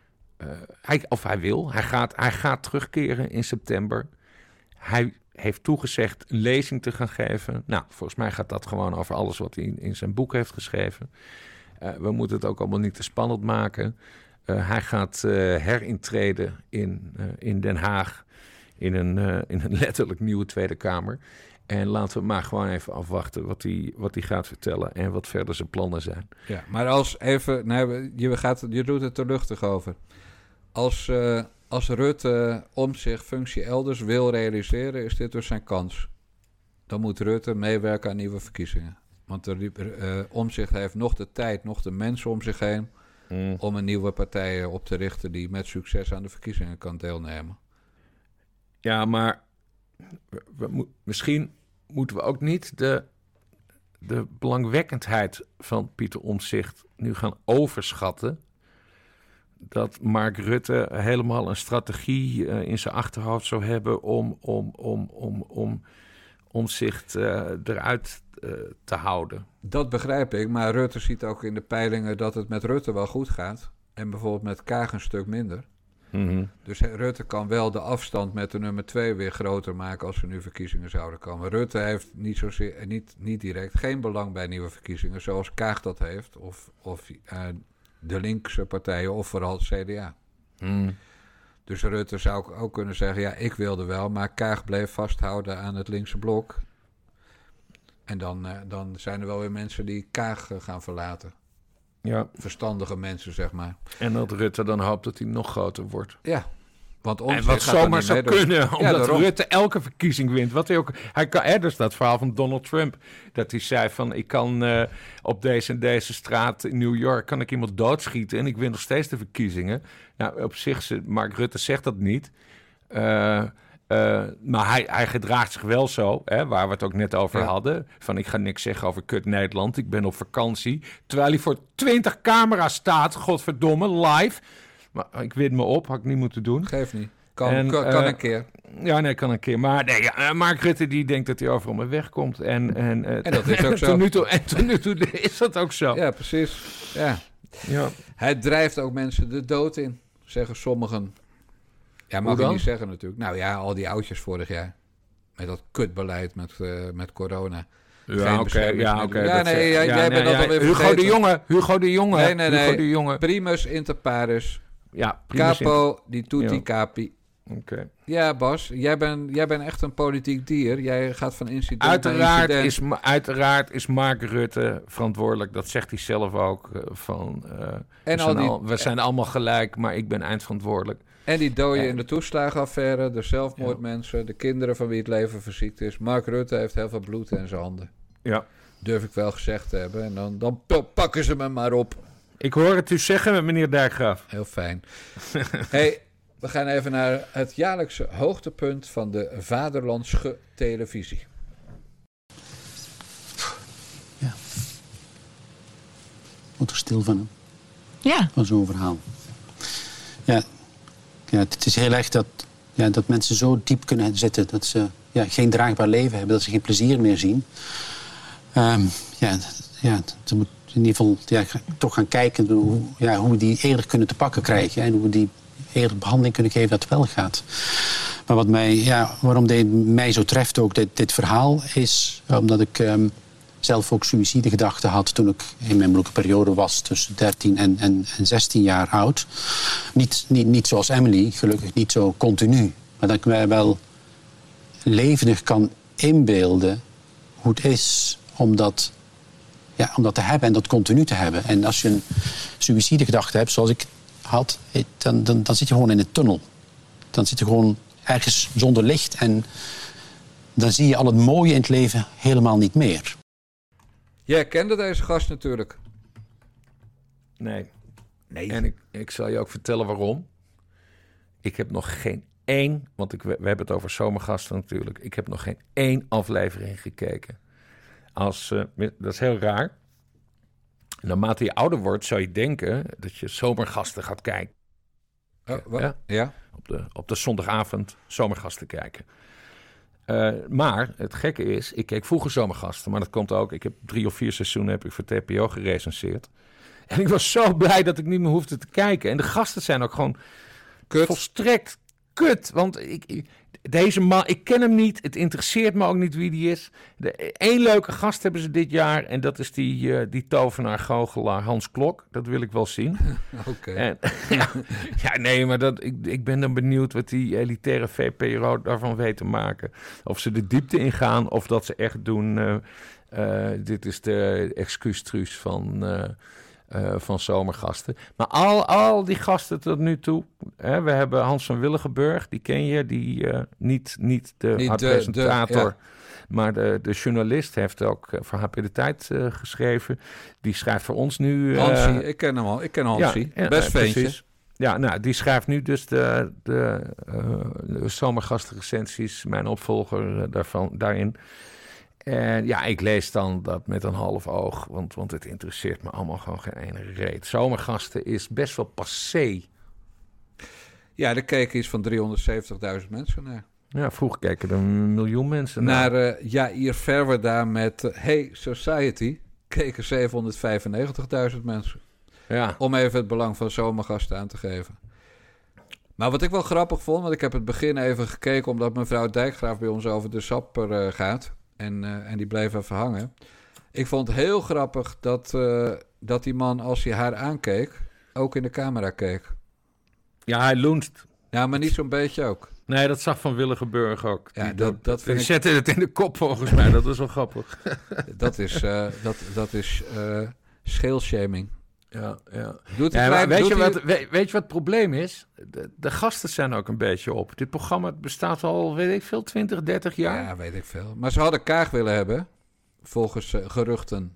Hij gaat terugkeren in september. Hij heeft toegezegd een lezing te gaan geven. Nou, volgens mij gaat dat gewoon over alles wat hij in zijn boek heeft geschreven. We moeten het ook allemaal niet te spannend maken. Hij gaat herintreden in Den Haag in een letterlijk nieuwe Tweede Kamer. En laten we maar gewoon even afwachten wat hij gaat vertellen en wat verder zijn plannen zijn. Ja, maar je doet het er luchtig over. Als Rutte Omtzigt functie elders wil realiseren, is dit dus zijn kans. Dan moet Rutte meewerken aan nieuwe verkiezingen. Want Omtzigt heeft nog de tijd, nog de mensen om zich heen... om een nieuwe partij op te richten die met succes aan de verkiezingen kan deelnemen. Ja, maar misschien moeten we ook niet de belangwekkendheid van Pieter Omtzigt nu gaan overschatten. Dat Mark Rutte helemaal een strategie in zijn achterhoofd zou hebben om Omtzigt eruit te houden. Dat begrijp ik, maar Rutte ziet ook in de peilingen dat het met Rutte wel goed gaat. En bijvoorbeeld met Kaag een stuk minder. Mm-hmm. Dus Rutte kan wel de afstand met de nummer 2 weer groter maken als er nu verkiezingen zouden komen. Rutte heeft niet direct geen belang bij nieuwe verkiezingen zoals Kaag dat heeft. Of de linkse partijen of vooral het CDA. Dus Rutte zou ook kunnen zeggen, ja, ik wilde wel, maar Kaag bleef vasthouden aan het linkse blok. En dan zijn er wel weer mensen die Kaag gaan verlaten. Ja. Verstandige mensen, zeg maar. En dat Rutte dan hoopt dat hij nog groter wordt. Ja. Want en wat zomaar zou kunnen, omdat Rutte elke verkiezing wint. Wat hij kan, er staat het verhaal van Donald Trump. Dat hij zei van, ik kan op deze en deze straat in New York... kan ik iemand doodschieten en ik win nog steeds de verkiezingen. Nou, op zich, Mark Rutte zegt dat niet. Maar hij gedraagt zich wel zo, waar we het ook net over hadden. Van, ik ga niks zeggen over kut Nederland, ik ben op vakantie. Terwijl hij voor 20 camera's staat, godverdomme, live... Maar ik weet me op, had ik niet moeten doen. Geef niet. Kan een keer. Ja, nee, kan een keer. Maar nee, Mark Rutte die denkt dat hij overal mee wegkomt. En dat is ook zo. Tot nu toe is dat ook zo. Ja, precies. Ja. Hij drijft ook mensen de dood in, zeggen sommigen. Ja, mag je niet zeggen natuurlijk. Nou ja, al die oudjes vorig jaar. Met dat kutbeleid met corona. Ja, oké. Jij bent dat alweer vergeten. Hugo de Jonge. Nee. Primus inter pares. Ja, Capo di tutti capi. Oké. Ja, Bas, jij bent echt een politiek dier. Jij gaat van incident naar incident. Uiteraard is Mark Rutte verantwoordelijk. Dat zegt hij zelf ook. We zijn allemaal gelijk, maar ik ben eindverantwoordelijk. En die doden in de toeslagenaffaire, de zelfmoordmensen, de kinderen van wie het leven verziekt is. Mark Rutte heeft heel veel bloed in zijn handen. Ja. Durf ik wel gezegd te hebben. En dan pakken ze me maar op. Ik hoor het u zeggen, meneer Dijkgraaf. Heel fijn. Hey, we gaan even naar het jaarlijkse hoogtepunt van de vaderlandse televisie. Ja. Wordt er stil van, hè? Ja. Van zo'n verhaal. Ja, het is heel erg dat mensen zo diep kunnen zitten dat ze geen draagbaar leven hebben, dat ze geen plezier meer zien. Ze moet in ieder geval toch gaan kijken hoe we die eerder kunnen te pakken krijgen en hoe we die eerder behandeling kunnen geven dat het wel gaat. Maar waarom mij zo treft ook dit verhaal is omdat ik zelf ook suïcidegedachten had toen ik in mijn moeilijke periode was tussen 13 en 16 jaar oud. Niet zoals Emily, gelukkig niet zo continu. Maar dat ik mij wel levendig kan inbeelden hoe het is om dat te hebben en dat continu te hebben. En als je een suïcidegedachte hebt, zoals ik had, dan zit je gewoon in een tunnel. Dan zit je gewoon ergens zonder licht en dan zie je al het mooie in het leven helemaal niet meer. Jij kende deze gast natuurlijk. Nee. En ik zal je ook vertellen waarom. Ik heb nog geen één, want we hebben het over zomergasten natuurlijk. Ik heb nog geen één aflevering gekeken. Dat is heel raar. Naarmate je ouder wordt, zou je denken dat je zomergasten gaat kijken. Ja? Op de zondagavond zomergasten kijken. Maar het gekke is, ik keek vroeger zomergasten, maar dat komt ook. Ik heb 3 of 4 seizoenen voor TPO gerecenseerd. En ik was zo blij dat ik niet meer hoefde te kijken. En de gasten zijn ook gewoon volstrekt kut. Want deze man, ik ken hem niet. Het interesseert me ook niet wie die is. Eén leuke gast hebben ze dit jaar. En dat is die tovenaar, goochelaar Hans Klok. Dat wil ik wel zien. Oké. Maar ik ben dan benieuwd wat die elitaire VPRO daarvan weet te maken. Of ze de diepte ingaan. Of dat ze echt doen. Dit is de excuustruus van zomergasten. Maar al die gasten tot nu toe. We hebben Hans van Willigenburg, die ken je. Die niet de presentator. Maar de journalist heeft ook voor HP De Tijd geschreven. Die schrijft voor ons nu... Hansie, ik ken hem al. Ik ken Hansie. Best ventje. Ja, die schrijft nu dus de zomergastenrecensies. Mijn opvolger daarin. En ik lees dan dat met een half oog, want het interesseert me allemaal gewoon geen ene reet. Zomergasten is best wel passé. Ja, er keken iets van 370.000 mensen naar. Ja, vroeger keken er 1 miljoen mensen naar. Jair Verwerda met Hey Society keken 795.000 mensen. Ja. Om even het belang van zomergasten aan te geven. Maar wat ik wel grappig vond, want ik heb het begin even gekeken omdat mevrouw Dijkgraaf bij ons over de sapper gaat. En die bleef even hangen. Ik vond het heel grappig dat die man, als hij haar aankeek, ook in de camera keek. Ja, hij loenst. Ja, maar niet zo'n beetje ook. Nee, dat zag Van Willigenburg ook. Ja, dat vind ik... zette het in de kop volgens mij. Dat is wel grappig. dat is scheelshaming. Ja. Weet je wat het probleem is? De gasten zijn ook een beetje op. Dit programma bestaat al, weet ik veel, 20, 30 jaar. Ja, weet ik veel. Maar ze hadden Kaag willen hebben, volgens geruchten.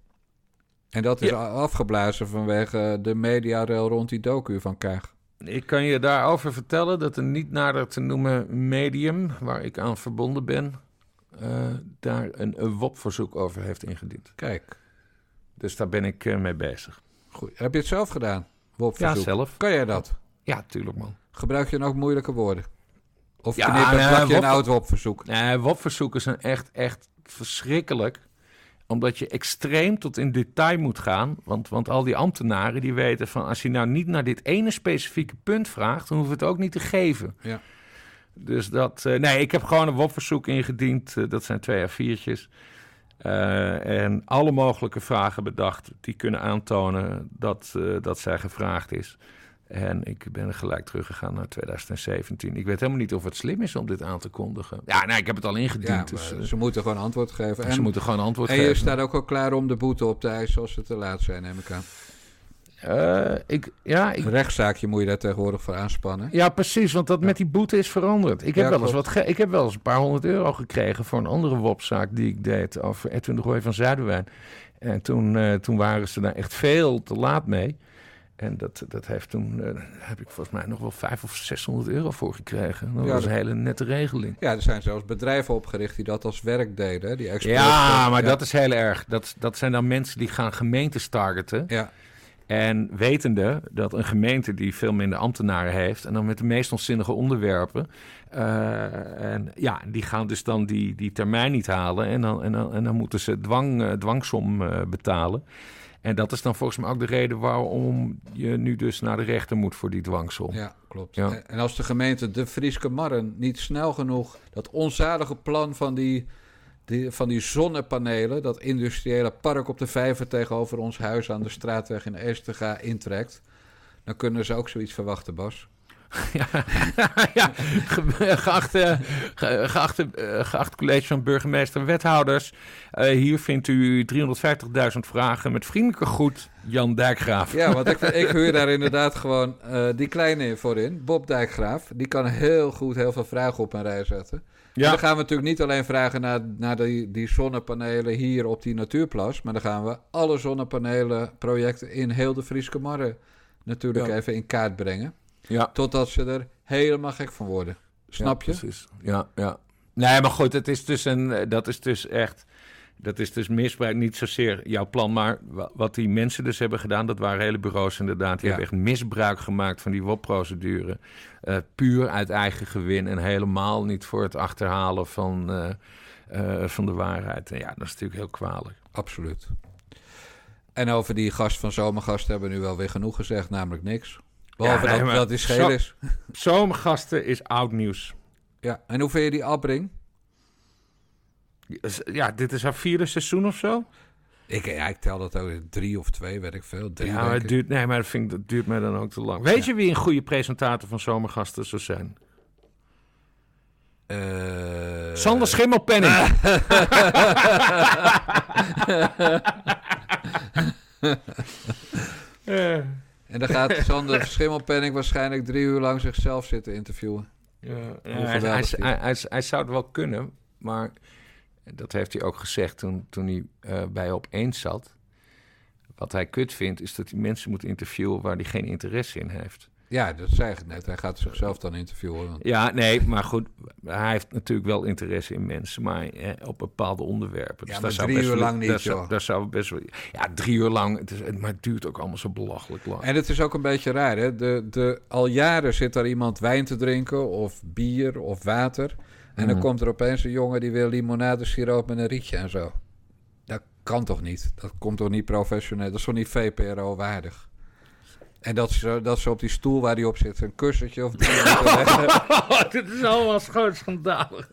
En dat is afgeblazen vanwege de mediarel rond die docu van Kaag. Ik kan je daarover vertellen dat een niet nader te noemen medium, waar ik aan verbonden ben, daar een WOP-verzoek over heeft ingediend. Kijk. Dus daar ben ik mee bezig. Goed. Heb je het zelf gedaan? WOP-verzoek? Ja, zelf. Kan jij dat? Ja, tuurlijk, man. Gebruik je nog moeilijke woorden? Of plak je een oud WOP-verzoek? Nee, WOP-verzoeken zijn echt verschrikkelijk. Omdat je extreem tot in detail moet gaan. Want al die ambtenaren die weten van... als je nou niet naar dit ene specifieke punt vraagt... dan hoef je het ook niet te geven. Ja. Dus ik heb gewoon een WOP-verzoek ingediend. Dat zijn 2 A4'tjes. En alle mogelijke vragen bedacht... die kunnen aantonen dat zij gevraagd is. En ik ben gelijk teruggegaan naar 2017. Ik weet helemaal niet of het slim is om dit aan te kondigen. Ja, ik heb het al ingediend. Ja, dus, ze moeten gewoon antwoord geven. En, ze moeten gewoon antwoord geven. En je staat ook al klaar om de boete op te eisen als ze te laat zijn, neem ik aan. Een rechtszaakje moet je daar tegenwoordig voor aanspannen. Ja, precies, want dat met die boete is veranderd. Ik heb wel eens een paar €100 gekregen voor een andere WOP-zaak die ik deed over Edwin de Rooij van Zuiderwijn. En toen waren ze daar echt veel te laat mee. En dat heeft toen, heb ik volgens mij nog wel €500 of €600 voor gekregen. Dat was een hele nette regeling. Ja, er zijn zelfs bedrijven opgericht die dat als werk deden. Die dat is heel erg. Dat zijn dan mensen die gaan gemeentes targeten. Ja. En wetende dat een gemeente die veel minder ambtenaren heeft... en dan met de meest onzinnige onderwerpen... die gaan dus dan die termijn niet halen... en dan moeten ze dwangsom betalen. En dat is dan volgens mij ook de reden waarom je nu dus naar de rechter moet voor die dwangsom. Ja, klopt. Ja. En als de gemeente de Frieske Marren niet snel genoeg... dat onzalige plan van die zonnepanelen... dat industriële park op de Vijver tegenover ons huis... aan de straatweg in Eestega intrekt... dan kunnen ze ook zoiets verwachten, Bas. Geachte college van burgemeester en wethouders. Hier vindt u 350.000 vragen met vriendelijke groet, Jan Dijkgraaf. Ja, want ik huur daar inderdaad gewoon die kleine voor in, Bob Dijkgraaf. Die kan heel goed heel veel vragen op een rij zetten. Ja. En dan gaan we natuurlijk niet alleen vragen naar die zonnepanelen hier op die natuurplas... maar dan gaan we alle zonnepanelenprojecten in heel de Frieske Marre natuurlijk even in kaart brengen. Ja. Totdat ze er helemaal gek van worden. Snap je? Precies. Ja. Nee, maar goed, dat is dus misbruik. Niet zozeer jouw plan, maar wat die mensen dus hebben gedaan... dat waren hele bureaus inderdaad. Die hebben echt misbruik gemaakt van die WOP-procedure. Puur uit eigen gewin en helemaal niet voor het achterhalen van de waarheid. En ja, dat is natuurlijk heel kwalijk. Absoluut. En over die gast van Zomergast hebben we nu wel weer genoeg gezegd, namelijk niks. Behalve dat die scheel is. Zomergasten is oud nieuws. Ja, en hoe vind je die Abbring? Ja, dit is haar 4e seizoen of zo. Ik tel dat ook 3 of 2, weet ik veel. 3, ja, maar dat duurt mij dan ook te lang. Weet je wie een goede presentator van Zomergasten zou zijn? Sander Schimmelpenninck. En dan gaat Sander Schimmelpenninck waarschijnlijk 3 uur lang zichzelf zitten interviewen. Hij zou het wel kunnen, maar dat heeft hij ook gezegd toen hij bij Op1 zat. Wat hij kut vindt, is dat hij mensen moet interviewen waar hij geen interesse in heeft. Ja, dat zei ik net. Hij gaat zichzelf dan interviewen. Want... Ja, nee, maar goed. Hij heeft natuurlijk wel interesse in mensen, maar op bepaalde onderwerpen. Ja, dus maar 3 uur lang niet, joh. Daar zou best wel... Ja, 3 uur lang, maar het duurt ook allemaal zo belachelijk lang. En het is ook een beetje raar, hè. Al jaren zit daar iemand wijn te drinken, of bier, of water. En dan komt er opeens een jongen die wil limonadesiroop met een rietje en zo. Dat kan toch niet? Dat komt toch niet professioneel? Dat is toch niet VPRO-waardig? En dat ze op die stoel waar hij op zit een kussentje of 3 Dit is allemaal schoon schandalig.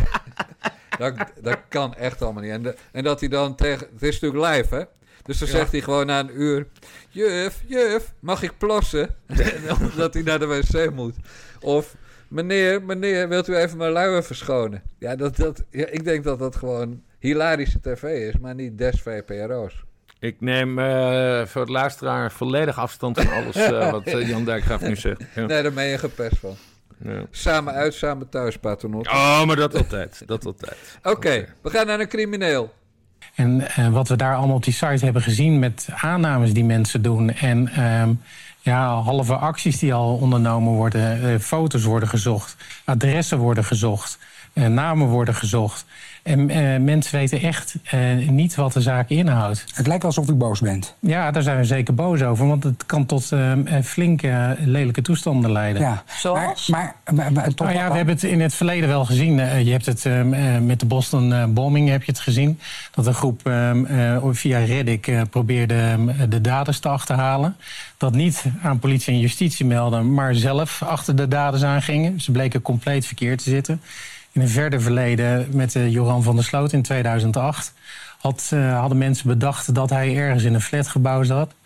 Dat kan echt allemaal niet. En dat hij dan tegen... Het is natuurlijk live, hè? Dus dan zegt hij gewoon na een uur... Juf, mag ik plassen? Omdat hij naar de wc moet. Of... Meneer, wilt u even mijn luier verschonen? Ja, ik denk dat dat gewoon hilarische tv is, maar niet des VPRO's. Ik neem voor het luisteraar volledig afstand van alles wat Jan Dijkgraaf nu zegt. Ja. Nee, daar ben je gepest van. Ja. Samen uit, samen thuis, Paternotte. Oh, maar dat altijd. Oké, we gaan naar een crimineel. En wat we daar allemaal op die site hebben gezien met aannames die mensen doen... en halve acties die al ondernomen worden, foto's worden gezocht... adressen worden gezocht, namen worden gezocht... En mensen weten echt niet wat de zaak inhoudt. Het lijkt alsof u boos bent. Ja, daar zijn we zeker boos over. Want het kan tot flinke lelijke toestanden leiden. Ja. Zoals? Maar we hebben het in het verleden wel gezien. Je hebt het met de Boston bombing heb je het gezien. Dat een groep via Reddit probeerde de daders te achterhalen. Dat niet aan politie en justitie melden, maar zelf achter de daders aangingen. Ze bleken compleet verkeerd te zitten. In een verder verleden met Joran van der Sloot in 2008... hadden mensen bedacht dat hij ergens in een flatgebouw zat.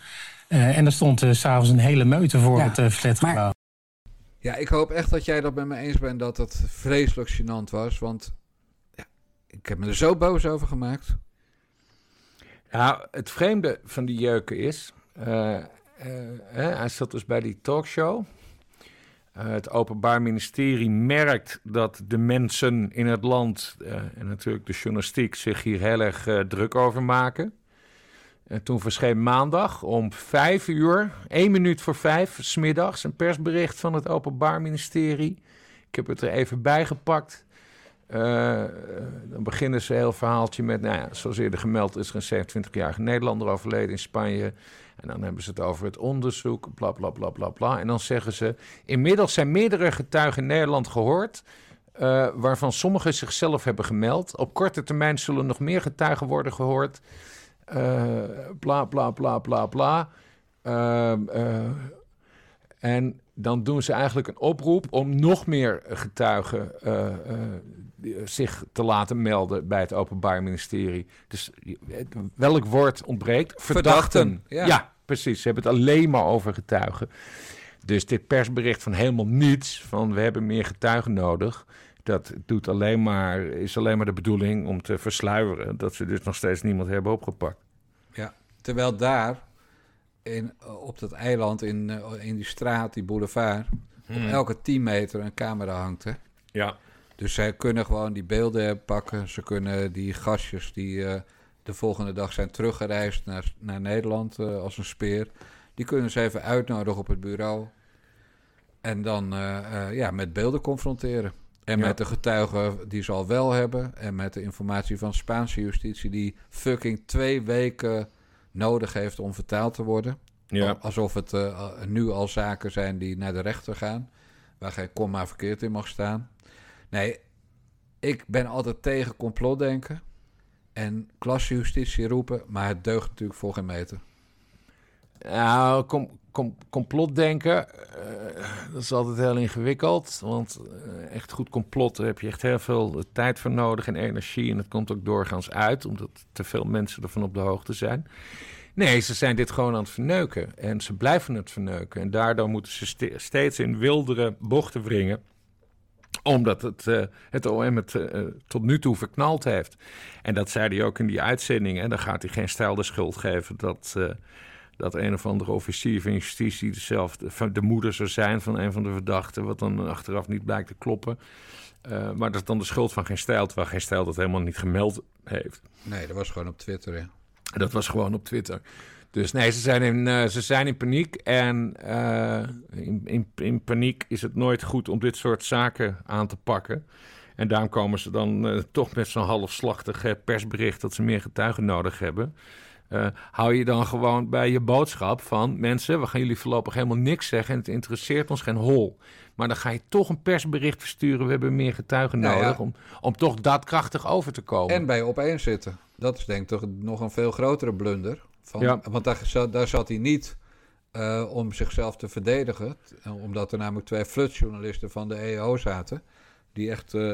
En er stond 's s'avonds een hele meute voor het flatgebouw. Ja, ik hoop echt dat jij dat met me eens bent dat het vreselijk gênant was. Want ik heb me er zo boos over gemaakt. Ja, het vreemde van die jeuken is... hij zat dus bij die talkshow. Het Openbaar Ministerie merkt dat de mensen in het land... en natuurlijk de journalistiek zich hier heel erg druk over maken. En toen verscheen maandag om 5 uur, 1 minuut voor 5, 's middags... een persbericht van het Openbaar Ministerie. Ik heb het er even bij gepakt... dan beginnen ze een heel verhaaltje met... zoals eerder gemeld is er een 27-jarige Nederlander overleden in Spanje. En dan hebben ze het over het onderzoek, bla bla bla bla bla. En dan zeggen ze... Inmiddels zijn meerdere getuigen in Nederland gehoord... waarvan sommigen zichzelf hebben gemeld. Op korte termijn zullen nog meer getuigen worden gehoord. Bla bla bla bla bla. En dan doen ze eigenlijk een oproep om nog meer getuigen zich te laten melden bij het Openbaar Ministerie. Dus welk woord ontbreekt? Verdachten. Ja, precies. Ze hebben het alleen maar over getuigen. Dus dit persbericht van helemaal niets, van we hebben meer getuigen nodig, dat is alleen maar de bedoeling om te versluieren dat ze dus nog steeds niemand hebben opgepakt. Ja, terwijl daar op dat eiland, in die straat, die boulevard, op elke 10 meter een camera hangt. Hè? Ja. Dus zij kunnen gewoon die beelden pakken. Ze kunnen die gastjes die de volgende dag zijn teruggereisd naar Nederland als een speer, die kunnen ze even uitnodigen op het bureau. En dan met beelden confronteren. En met de getuigen die ze al wel hebben. En met de informatie van Spaanse justitie die fucking 2 weken nodig heeft om vertaald te worden. Ja. Alsof het nu al zaken zijn die naar de rechter gaan. Waar geen komma verkeerd in mag staan. Nee, ik ben altijd tegen complotdenken. En klassejustitie roepen. Maar het deugt natuurlijk voor geen meter. Nou, complotdenken, dat is altijd heel ingewikkeld. Want echt goed complot, daar heb je echt heel veel tijd voor nodig en energie. En dat komt ook doorgaans uit, omdat te veel mensen ervan op de hoogte zijn. Nee, ze zijn dit gewoon aan het verneuken. En ze blijven het verneuken. En daardoor moeten ze steeds in wildere bochten wringen. Omdat het OM het tot nu toe verknald heeft. En dat zei hij ook in die uitzending. En dan gaat hij geen stijl de schuld geven dat een of andere officier van justitie de moeder zou zijn van een van de verdachten, wat dan achteraf niet blijkt te kloppen. Maar dat is dan de schuld van Geen Stijl, terwijl Geen Stijl dat helemaal niet gemeld heeft. Nee, dat was gewoon op Twitter, ja. Dat was gewoon op Twitter. Dus nee, ze zijn in paniek. En in paniek is het nooit goed om dit soort zaken aan te pakken. En daarom komen ze dan toch met zo'n halfslachtig persbericht dat ze meer getuigen nodig hebben. Hou je dan gewoon bij je boodschap van... mensen, we gaan jullie voorlopig helemaal niks zeggen en het interesseert ons geen hol. Maar dan ga je toch een persbericht versturen. We hebben meer getuigen nodig om toch daadkrachtig over te komen. En bij opeens zitten. Dat is denk ik toch nog een veel grotere blunder. Want daar zat hij niet om zichzelf te verdedigen. Omdat er namelijk 2 flutsjournalisten van de EO zaten. Die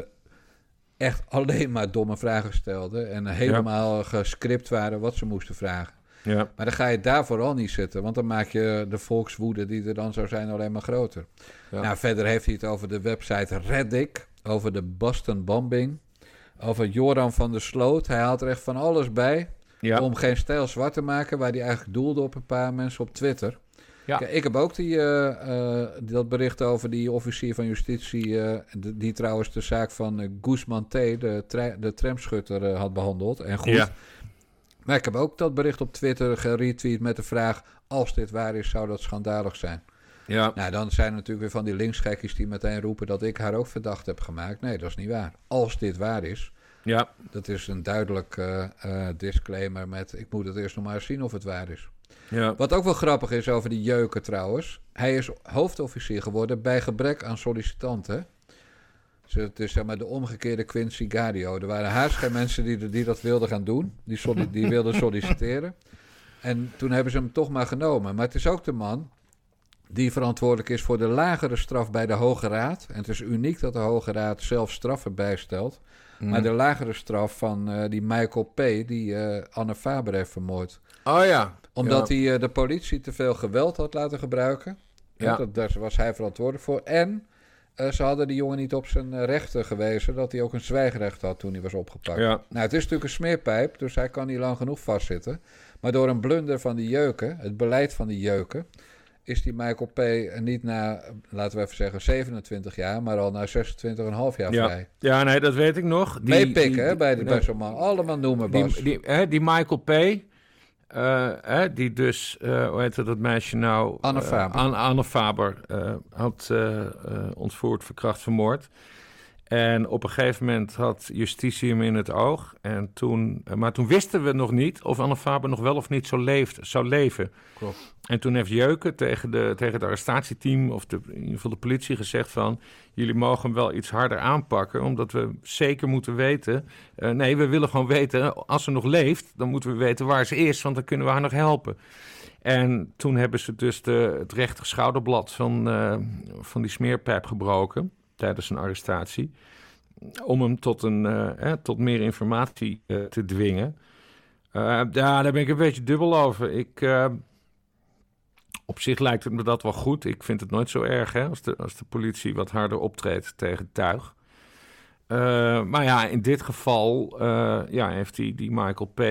echt alleen maar domme vragen stelden. En helemaal gescript waren wat ze moesten vragen. Ja. Maar dan ga je daar vooral niet zitten. Want dan maak je de volkswoede die er dan zou zijn alleen maar groter. Ja. Nou, verder heeft hij het over de website Reddit. Over de Boston bombing. Over Joran van der Sloot. Hij haalt er echt van alles bij. Ja. Om Geen Stijl zwart te maken. Waar hij eigenlijk doelde op een paar mensen op Twitter. Ja. Kijk, ik heb ook dat bericht over die officier van justitie... die trouwens de zaak van Guzman T., de tramschutter, had behandeld. En goed. Ja. Maar ik heb ook dat bericht op Twitter geretweet met de vraag... als dit waar is, zou dat schandalig zijn. Ja. Nou, dan zijn er natuurlijk weer van die linksgekkies die meteen roepen... dat ik haar ook verdacht heb gemaakt. Nee, dat is niet waar. Als dit waar is... Ja. Dat is een duidelijk disclaimer met... ik moet het eerst nog maar eens zien of het waar is. Ja. Wat ook wel grappig is over die jeuken trouwens... hij is hoofdofficier geworden bij gebrek aan sollicitanten. Dus het is zeg maar de omgekeerde Quincy Gario. Er waren haast geen mensen die dat wilden gaan doen. Die wilden solliciteren. En toen hebben ze hem toch maar genomen. Maar het is ook de man die verantwoordelijk is voor de lagere straf bij de Hoge Raad. En het is uniek dat de Hoge Raad zelf straffen bijstelt. Maar de lagere straf van die Michael P. die Anne Faber heeft vermoord. Oh ja. Omdat hij de politie te veel geweld had laten gebruiken. Ja. Daar was hij verantwoordelijk voor. En ze hadden die jongen niet op zijn rechten gewezen... dat hij ook een zwijgrecht had toen hij was opgepakt. Ja. Nou, het is natuurlijk een smeerpijp, dus hij kan niet lang genoeg vastzitten. Maar door een blunder van die jeuken, het beleid van die jeuken... is die Michael P. niet na, laten we even zeggen, 27 jaar... maar al na 26,5 jaar vrij. Ja, nee, dat weet ik nog. Meepikken bij zo'n man. Allemaal noemen, Bas. Die Michael P., die dus, hoe heette dat meisje nou? Anne Faber. Anne Faber had ontvoerd, verkracht, vermoord. En op een gegeven moment had justitie hem in het oog. Maar toen wisten we nog niet of Anne Faber nog wel of niet zou leven. Klopt. En toen heeft Jeuken tegen het arrestatieteam, of in ieder geval de politie, gezegd van... jullie mogen hem wel iets harder aanpakken, omdat we zeker moeten weten... nee, we willen gewoon weten, als ze nog leeft, dan moeten we weten waar ze is... want dan kunnen we haar nog helpen. En toen hebben ze dus het rechter schouderblad van die smeerpijp gebroken... tijdens een arrestatie, om hem tot meer informatie te dwingen. Daar ben ik een beetje dubbel over. Op zich lijkt het me dat wel goed. Ik vind het nooit zo erg als de politie wat harder optreedt tegen tuig. Maar ja, in dit geval heeft die Michael P.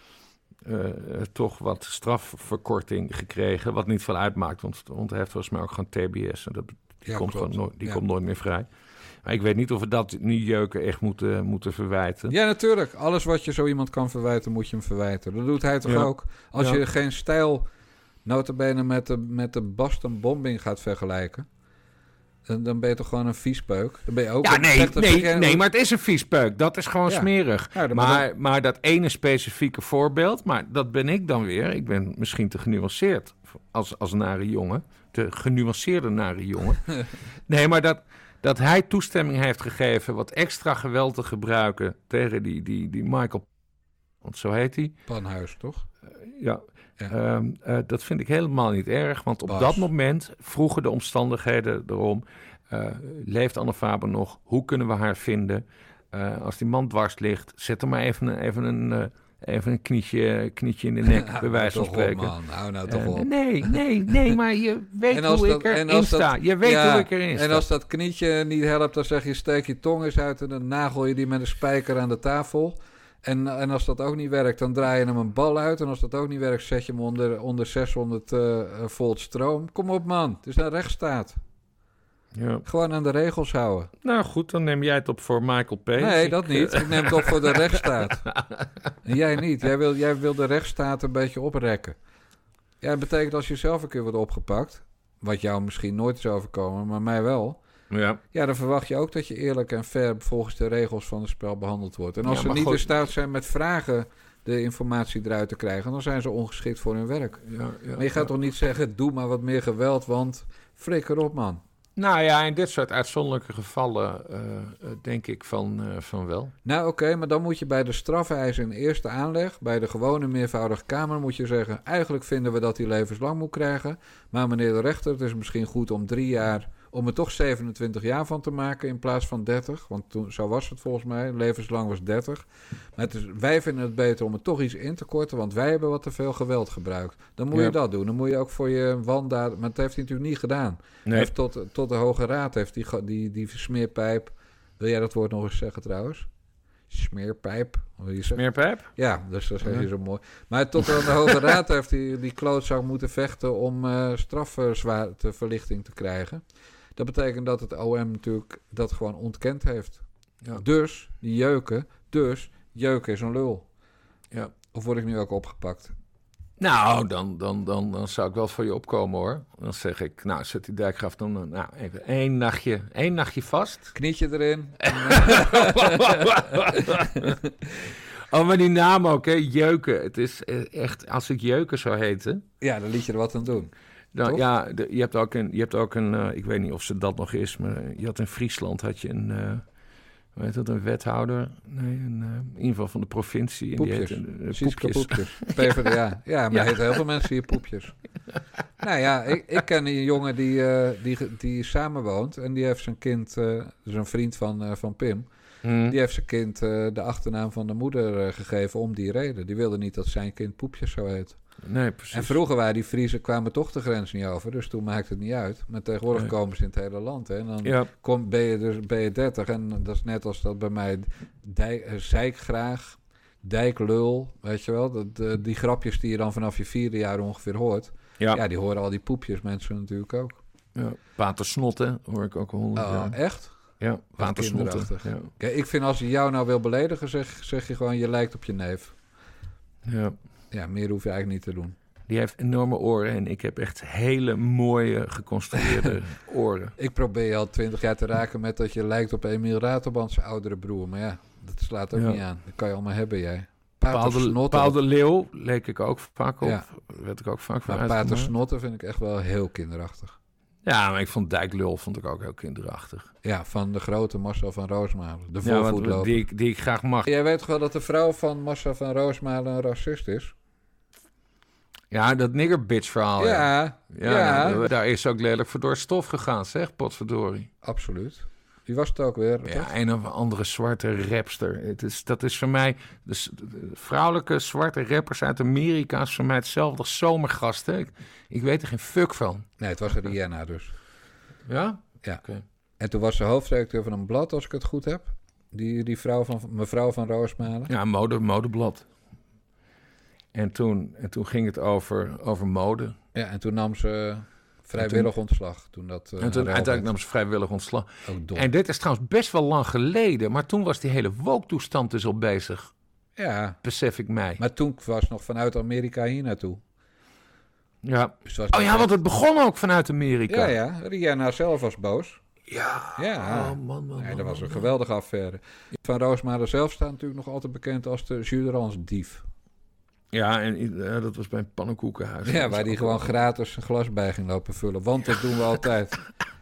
Toch wat strafverkorting gekregen, wat niet veel uitmaakt, want hij heeft volgens mij ook gewoon TBS. En die komt nooit meer vrij. Maar ik weet niet of we dat nu Jeuken echt moeten verwijten. Ja, natuurlijk. Alles wat je zo iemand kan verwijten, moet je hem verwijten. Dat doet hij toch ook? Als je geen stijl, nota bene met de Boston bombing gaat vergelijken... Dan ben je toch gewoon een viespeuk? Dan ben je ook nee, maar het is een viespeuk. Dat is gewoon smerig. Ja, maar dat ene specifieke voorbeeld... maar dat ben ik dan weer. Ik ben misschien te genuanceerd als nare jongen. Te genuanceerde nare jongen. Nee, maar dat hij toestemming heeft gegeven... wat extra geweld te gebruiken tegen die Michael... want zo heet hij. Panhuis, toch? Ja. Dat vind ik helemaal niet erg, want op dat moment vroegen de omstandigheden erom... leeft Anne Faber nog? Hoe kunnen we haar vinden? Als die man dwars ligt, zet er maar even een knietje in de nek, bij wijze van spreken. Hou nou toch op. Nee, maar je weet hoe ik erin sta. Je weet hoe ik erin sta. En als dat knietje niet helpt, dan zeg je steek je tong eens uit... en dan nagel je die met een spijker aan de tafel... En als dat ook niet werkt, dan draai je hem een bal uit. En als dat ook niet werkt, zet je hem onder 600 volt stroom. Kom op, man. Het is een rechtsstaat. Ja. Gewoon aan de regels houden. Nou goed, dan neem jij het op voor Michael P. Nee, dat niet. Ik neem het op voor de rechtsstaat. En jij niet. Jij wil de rechtsstaat een beetje oprekken. Ja, dat betekent als je zelf een keer wordt opgepakt... wat jou misschien nooit is overkomen, maar mij wel... Ja, dan verwacht je ook dat je eerlijk en fair volgens de regels van het spel behandeld wordt. En als ze niet in staat zijn met vragen de informatie eruit te krijgen, dan zijn ze ongeschikt voor hun werk. Maar je gaat toch niet zeggen, doe maar wat meer geweld, want flikker op, man. Nou ja, in dit soort uitzonderlijke gevallen denk ik van wel. Nou oké, maar dan moet je bij de strafeis in eerste aanleg, bij de gewone meervoudige kamer, moet je zeggen, eigenlijk vinden we dat hij levenslang moet krijgen. Maar meneer de rechter, het is misschien goed om 3 jaar... om er toch 27 jaar van te maken in plaats van 30. Want toen, zo was het volgens mij. Levenslang was 30. Maar wij vinden het beter om het toch iets in te korten. Want wij hebben wat te veel geweld gebruikt. Dan moet je dat doen. Dan moet je ook voor je wandaad... Maar dat heeft hij natuurlijk niet gedaan. Nee. Hij heeft tot de Hoge Raad heeft die smeerpijp... Wil jij dat woord nog eens zeggen trouwens? Smeerpijp. Smeerpijp? Ja, dus dat is zo mooi. Maar tot aan de Hoge Raad heeft die klootzak moeten vechten... om strafverlichting te krijgen. Dat betekent dat het OM natuurlijk dat gewoon ontkend heeft. Ja. Dus, die jeuken. Dus, jeuken is een lul. Ja. Of word ik nu ook opgepakt? Nou, dan zou ik wel voor je opkomen, hoor. Dan zeg ik, nou, zet die dijkgraaf dan even één nachtje vast. Knietje erin. Oh, maar die naam ook, hè? Jeuken. Het is echt, als ik Jeuken zou heten... Ja, dan liet je er wat aan doen. Dan, ja, je hebt ook een ik weet niet of ze dat nog is, maar je had in Friesland hoe heet dat, een wethouder? Nee, in ieder geval van de provincie. Poepjes. En die heet Poepjes. PvdA. Ja, maar heet heel veel mensen hier Poepjes. Nou ja, ik ken een jongen die samenwoont en die heeft zijn kind, dat is een vriend van Pim, die heeft zijn kind de achternaam van de moeder gegeven om die reden. Die wilde niet dat zijn kind Poepjes zou heten. Nee, precies. En vroeger waren die Friesen kwamen toch de grens niet over. Dus toen maakt het niet uit. Maar tegenwoordig komen ze in het hele land. Hè. En dan ben je 30. En dat is net als dat bij mij zeikgraag, dijklul. Weet je wel. Die grapjes die je dan vanaf je 4e jaar ongeveer hoort. Ja, die horen al die poepjes mensen natuurlijk ook. Ja. Patersnotten hoor ik ook al 100 jaar. Echt? Ja, patersnotten. Ja. Kijk, ik vind als hij jou nou wil beledigen, zeg je gewoon je lijkt op je neef. Ja, meer hoef je eigenlijk niet te doen. Die heeft enorme oren en ik heb echt hele mooie geconstrueerde oren. Ik probeer je al 20 jaar te raken met dat je lijkt op Emiel Ratelband, zijn oudere broer. Maar ja, dat slaat ook niet aan. Dat kan je allemaal hebben, jij. Paal de Leeuw leek ik ook vaak op. Werd ik ook vaak van uitgemaakt. Patersnotten vind ik echt wel heel kinderachtig. Ja, maar ik vond Dijklul ook heel kinderachtig. Ja, van de grote Marcel van Roosmalen. De voorvoetloper. Die ik graag mag. Jij weet toch wel dat de vrouw van Marcel van Roosmalen een racist is? Ja, dat niggerbitch verhaal. Ja. Daar is ook lelijk voor door stof gegaan, zeg, potverdorie. Absoluut. Wie was het ook weer? Ja, een of andere zwarte rapster. Dat is voor mij... De vrouwelijke zwarte rappers uit Amerika is voor mij hetzelfde als zomergasten. Ik weet er geen fuck van. Nee, het was Rihanna dus. Ja? Ja. Okay. En toen was ze hoofdredacteur van een blad, als ik het goed heb. Die vrouw van mevrouw van Roosmalen. Ja, modeblad. En toen ging het over mode. Ja, en toen nam ze vrijwillig ontslag. Uiteindelijk nam ze vrijwillig ontslag. En dit is trouwens best wel lang geleden. Maar toen was die hele woke-toestand dus al bezig. Ja. Besef ik mij. Maar toen was nog vanuit Amerika hier naartoe. Ja. Dus want het begon ook vanuit Amerika. Ja. Rihanna zelf was boos. Ja. Oh, man. Dat was een geweldige affaire. Van Roosmalen zelf staat natuurlijk nog altijd bekend als de Juderans dief. Ja, en dat was bij een pannenkoekenhuis. Ja, waar die gewoon gratis een glas bij ging lopen vullen. Want dat doen we altijd.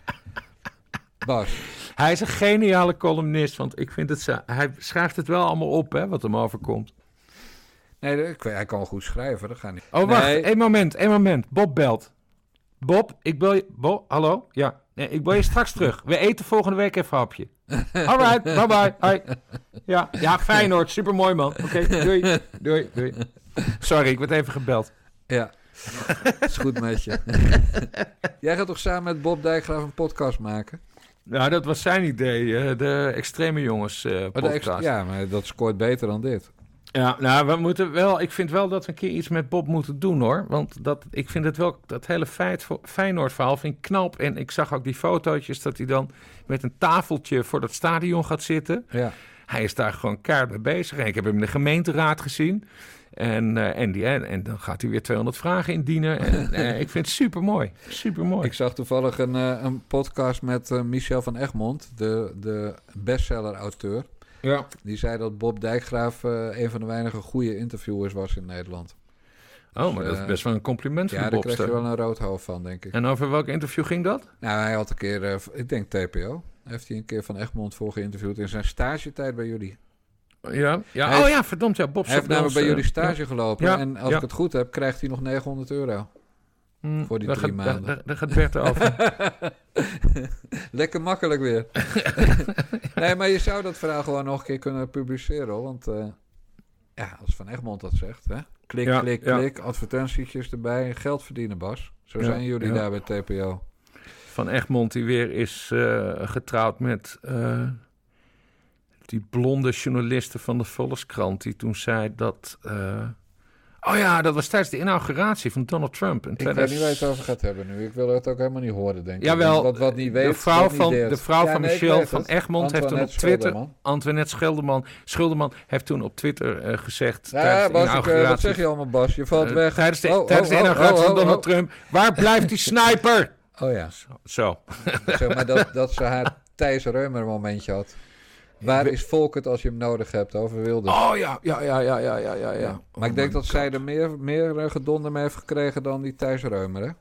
Bas. Hij is een geniale columnist, want ik vind het... Hij schrijft het wel allemaal op, hè, wat hem overkomt. Nee, hij kan wel goed schrijven, dat gaat niet. Oh, wacht, één moment. Bob belt. Bob, ik bel je... Bob, hallo? Ja. Nee, ik bel je straks terug. We eten volgende week even een hapje. Alright, bye. Hoi. Ja, Feyenoord, supermooi man. Oké, doei. Sorry, ik werd even gebeld. Ja, is goed met je. Jij gaat toch samen met Bob Dijkgraaf een podcast maken? Nou, dat was zijn idee, de Extreme Jongens podcast. Ja, maar dat scoort beter dan dit. Ja, nou, we moeten wel... Ik vind wel dat we een keer iets met Bob moeten doen, hoor. Want ik vind het wel... Dat hele Feyenoord-verhaal vind ik knap. En ik zag ook die fotootjes dat hij dan met een tafeltje voor dat stadion gaat zitten. Ja. Hij is daar gewoon keihard mee bezig. En ik heb hem in de gemeenteraad gezien. En dan gaat hij weer 200 vragen indienen. En ik vind het supermooi. Supermooi. Ik zag toevallig een podcast met Michel van Egmond, de bestseller-auteur. Ja. Die zei dat Bob Dijkgraaf een van de weinige goede interviewers was in Nederland. Oh, maar dat is best wel een compliment voor Bob. Ja, daar kreeg je wel een rood hoofd van, denk ik. En over welk interview ging dat? Nou, hij had een keer, ik denk TPO, heeft hij een keer Van Egmond voor geïnterviewd in zijn stagetijd bij jullie. Ja. Verdomd, ja. Bob hij heeft namelijk bij jullie stage gelopen. Ja, en als ik het goed heb, krijgt hij nog €900. Voor die 3 maanden. Daar gaat Bert over. Lekker makkelijk weer. Nee, maar je zou dat verhaal gewoon nog een keer kunnen publiceren, hoor. Want als Van Egmond dat zegt, hè? Klik, advertentietjes erbij. Geld verdienen, Bas. Zo zijn jullie daar bij TPO. Van Egmond die weer is getrouwd met... die blonde journaliste van de Volkskrant... die toen zei dat... dat was tijdens de inauguratie van Donald Trump. Ik weet niet waar je het over gaat hebben nu. Ik wil het ook helemaal niet horen, denk ik. Jawel, wat niet weet, de vrouw van Michel van Egmond heeft toen op Twitter... Antoinette Schilderman heeft toen op Twitter gezegd... Ja, Bas, wat zeg je allemaal, Bas? Je valt weg. Tijdens de inauguratie van Donald Trump. Waar blijft die sniper? Oh ja. Zo. Zeg maar dat ze haar Thijs Reumer momentje had. Waar is Volkert als je hem nodig hebt, over Wilders? Oh ja. Maar ik denk dat zij er meer gedonder mee heeft gekregen dan die Thijs Reumer, hè?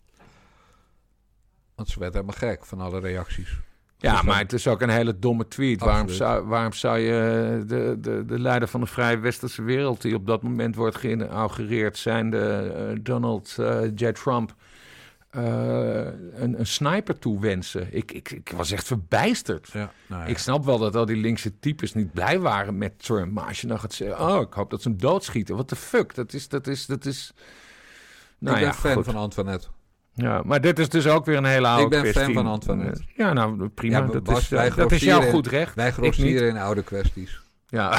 Want ze werd helemaal gek van alle reacties. Ja, dus maar het is ook een hele domme tweet. Waarom zou je de leider van de vrije westerse wereld... die op dat moment wordt geïnaugureerd... zijn de Donald J. Trump... een sniper toewensen. Ik was echt verbijsterd. Ja, nou ja. Ik snap wel dat al die linkse types niet blij waren met Trump. Maar als je dan gaat zeggen, ik hoop dat ze hem doodschieten. What the fuck? Dat is... Nou, ik ben ja, fan goed. van Antoinette. Ja, maar dit is dus ook weer een hele oude kwestie. Ik ben fan van Antoinette. Ja, nou prima. Ja, Bas, dat is jouw goed recht. Wij grossieren in oude kwesties. Ja.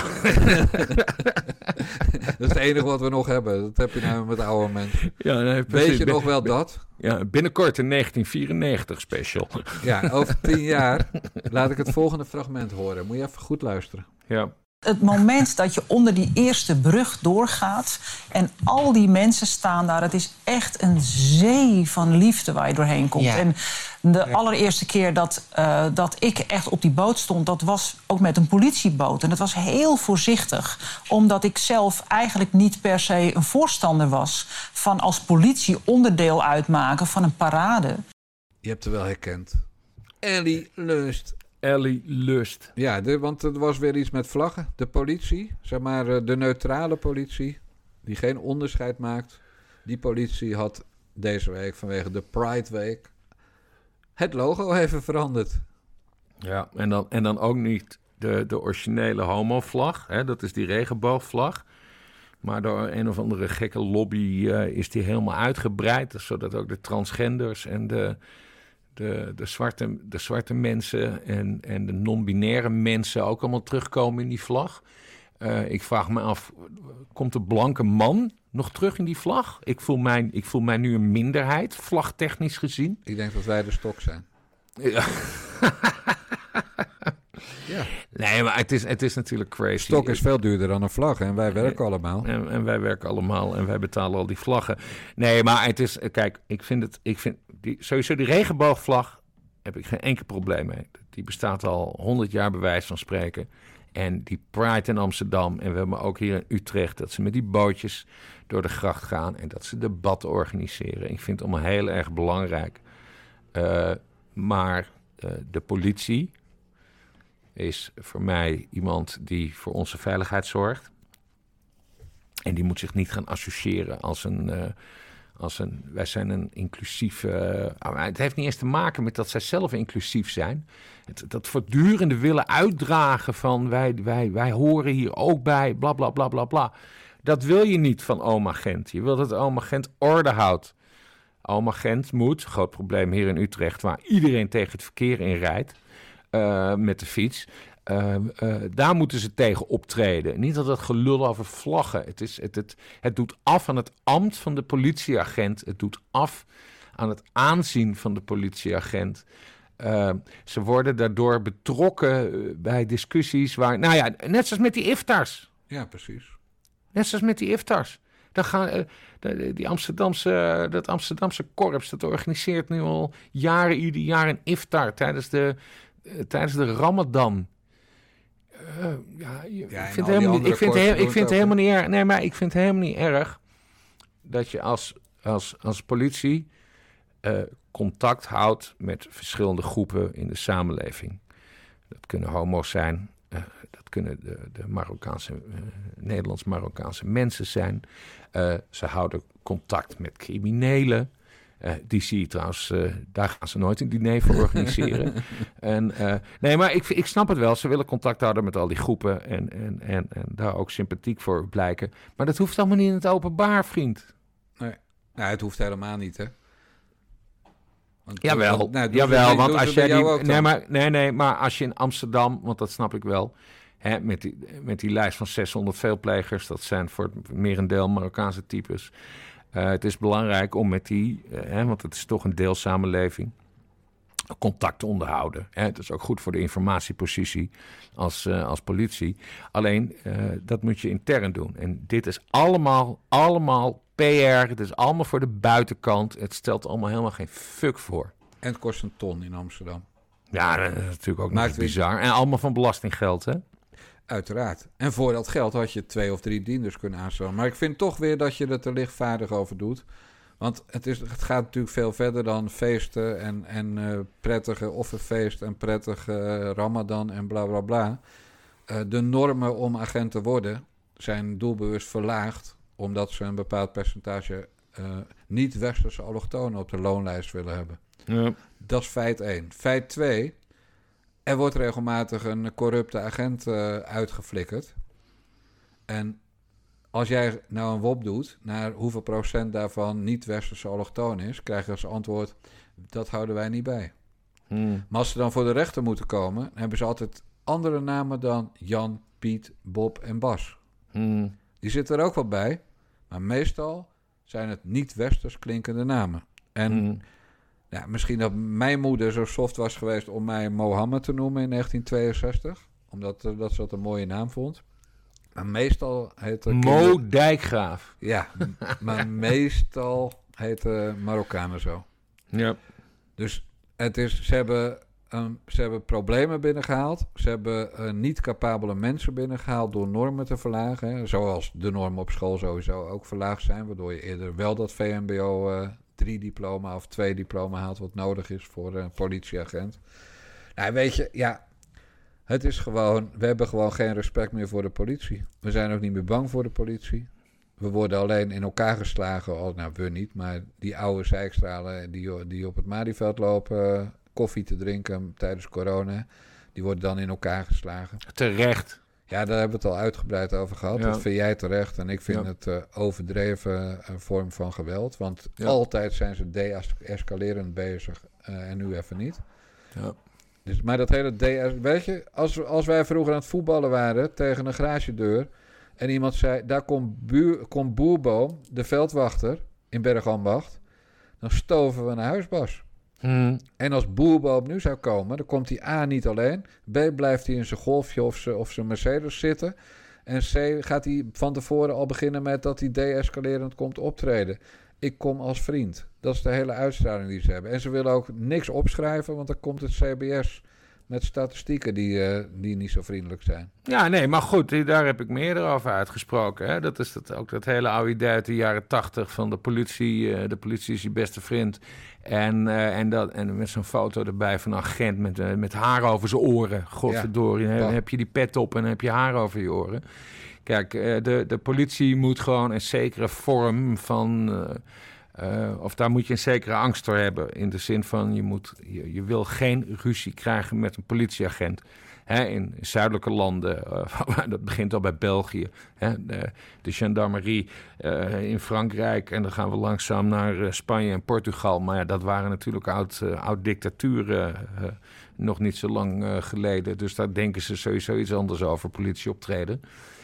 Dat is het enige wat we nog hebben. Dat heb je nou met oude mensen. Ja, nee, weet je nog wel dat? Ja, binnenkort een 1994 special. Ja, over 10 jaar laat ik het volgende fragment horen. Moet je even goed luisteren. Ja. Het moment dat je onder die eerste brug doorgaat en al die mensen staan daar, het is echt een zee van liefde waar je doorheen komt. Ja. En de allereerste keer dat ik echt op die boot stond, dat was ook met een politieboot. En dat was heel voorzichtig, omdat ik zelf eigenlijk niet per se een voorstander was van als politie onderdeel uitmaken van een parade. Je hebt er wel herkend. Ellie Lust. Ellie Lust. Ja, want er was weer iets met vlaggen. De politie, zeg maar de neutrale politie, die geen onderscheid maakt. Die politie had deze week vanwege de Pride Week het logo even veranderd. Ja, en dan ook niet de originele homo-vlag. Hè, dat is die regenboogvlag. Maar door een of andere gekke lobby is die helemaal uitgebreid. Zodat ook de transgenders en de zwarte mensen en de non-binaire mensen ook allemaal terugkomen in die vlag. Ik vraag me af, komt de blanke man nog terug in die vlag? Ik voel mij nu een minderheid, vlagtechnisch gezien. Ik denk dat wij de stok zijn. Ja. Ja. Nee, maar het is natuurlijk crazy. Stok is veel duurder dan een vlag en wij werken allemaal. En wij werken allemaal en wij betalen al die vlaggen. Nee, maar het is... Kijk, sowieso die regenboogvlag heb ik geen enkel probleem mee. Die bestaat al 100 jaar bij wijze van spreken. En die Pride in Amsterdam en we hebben ook hier in Utrecht dat ze met die bootjes door de gracht gaan en dat ze debatten organiseren. Ik vind het allemaal heel erg belangrijk. Maar de politie is voor mij iemand die voor onze veiligheid zorgt. En die moet zich niet gaan associëren als een wij zijn een inclusief... het heeft niet eens te maken met dat zij zelf inclusief zijn. Dat voortdurende willen uitdragen van wij horen hier ook bij, bla bla bla bla bla. Dat wil je niet van Oma Gent. Je wil dat Oma Gent orde houdt. Oma Gent moet, groot probleem hier in Utrecht, waar iedereen tegen het verkeer inrijdt met de fiets. Daar moeten ze tegen optreden. Niet dat gelul over vlaggen. Het doet af aan het ambt van de politieagent. Het doet af aan het aanzien van de politieagent. Ze worden daardoor betrokken bij discussies waar... Nou ja, net zoals met die iftars. Ja, precies. Net zoals met die iftars. Dan gaan dat Amsterdamse korps, dat organiseert nu al ieder jaar een iftar tijdens de Ramadan. Ik vind het helemaal niet erg. Nee, maar ik vind het helemaal niet erg dat je als politie contact houdt met verschillende groepen in de samenleving. Dat kunnen homo's zijn, dat kunnen de Marokkaanse, Nederlands-Marokkaanse mensen zijn. Ze houden contact met criminelen. Die zie je trouwens, daar gaan ze nooit een diner voor organiseren. Nee, maar ik snap het wel. Ze willen contact houden met al die groepen en daar ook sympathiek voor blijken. Maar dat hoeft allemaal niet in het openbaar, vriend. Nee, nou, het hoeft helemaal niet, hè? Want jawel, want als jij maar als je in Amsterdam, want dat snap ik wel, hè, met die lijst van 600 veelplegers, dat zijn voor het merendeel Marokkaanse types. Het is belangrijk om met die, want het is toch een deelsamenleving, contact te onderhouden. Het is ook goed voor de informatiepositie als politie. Alleen, dat moet je intern doen. En dit is allemaal PR. Het is allemaal voor de buitenkant. Het stelt allemaal helemaal geen fuck voor. En het kost een ton in Amsterdam. Ja, dat is natuurlijk ook nog bizar. En allemaal van belastinggeld, hè? Uiteraard. En voor dat geld had je 2 of 3 dienders kunnen aanstellen. Maar ik vind toch weer dat je het er lichtvaardig over doet. Want het gaat natuurlijk veel verder dan feesten en prettige offerfeest en prettige Ramadan en bla bla bla. De normen om agent te worden zijn doelbewust verlaagd, omdat ze een bepaald percentage niet-westerse allochtonen op de loonlijst willen hebben. Ja. Dat is feit 1. Feit 2, er wordt regelmatig een corrupte agent uitgeflikkerd. En als jij nou een WOP doet naar hoeveel procent daarvan niet-westerse allochtoon is, krijg je als antwoord, dat houden wij niet bij. Maar als ze dan voor de rechter moeten komen, dan hebben ze altijd andere namen dan Jan, Piet, Bob en Bas. Die zitten er ook wel bij, maar meestal zijn het niet-westers klinkende namen. En ja, misschien dat mijn moeder zo soft was geweest om mij Mohammed te noemen in 1962, omdat dat ze dat een mooie naam vond. Maar meestal heet het... Mo Dijkgraaf. Ja, maar meestal heten Marokkanen zo. Ja. Dus ze hebben problemen binnengehaald. Ze hebben niet capabele mensen binnengehaald door normen te verlagen. Hè. Zoals de normen op school sowieso ook verlaagd zijn. Waardoor je eerder wel dat VMBO 3-diploma of 2-diploma haalt wat nodig is voor een politieagent. Nou, weet je, ja... Het is gewoon, we hebben gewoon geen respect meer voor de politie. We zijn ook niet meer bang voor de politie. We worden alleen in elkaar geslagen. Nou, we niet, maar die oude zeikstralen die op het Malieveld lopen, koffie te drinken tijdens corona, die worden dan in elkaar geslagen. Terecht. Ja, daar hebben we het al uitgebreid over gehad. Ja. Dat vind jij terecht en ik vind het overdreven vorm van geweld. Want altijd zijn ze de-escalerend bezig en nu even niet. Ja. Dus, maar dat hele weet je, als wij vroeger aan het voetballen waren tegen een garagedeur en iemand zei, daar komt Boerboom, de veldwachter in Bergambacht, dan stoven we naar huis, Bas. En als Boerboom nu zou komen, dan komt hij A niet alleen, B blijft hij in zijn golfje of zijn Mercedes zitten en C gaat hij van tevoren al beginnen met dat hij de-escalerend komt optreden. Ik kom als vriend. Dat is de hele uitstraling die ze hebben. En ze willen ook niks opschrijven, want dan komt het CBS met statistieken die niet zo vriendelijk zijn. Ja, nee, maar goed, daar heb ik me eerder over uitgesproken. Hè? Dat is ook dat hele oude idee uit de jaren 80 van de politie. De politie is je beste vriend. En met zo'n foto erbij van een agent met haar over zijn oren. Godverdorie, dan heb je die pet op en dan heb je haar over je oren. Kijk, de politie moet gewoon een zekere vorm van... of daar moet je een zekere angst voor hebben. In de zin van, je wil geen ruzie krijgen met een politieagent. Hè, in zuidelijke landen, dat begint al bij België. Hè, de gendarmerie in Frankrijk. En dan gaan we langzaam naar Spanje en Portugal. Maar ja, dat waren natuurlijk oud-dictaturen nog niet zo lang geleden. Dus daar denken ze sowieso iets anders over, politieoptreden.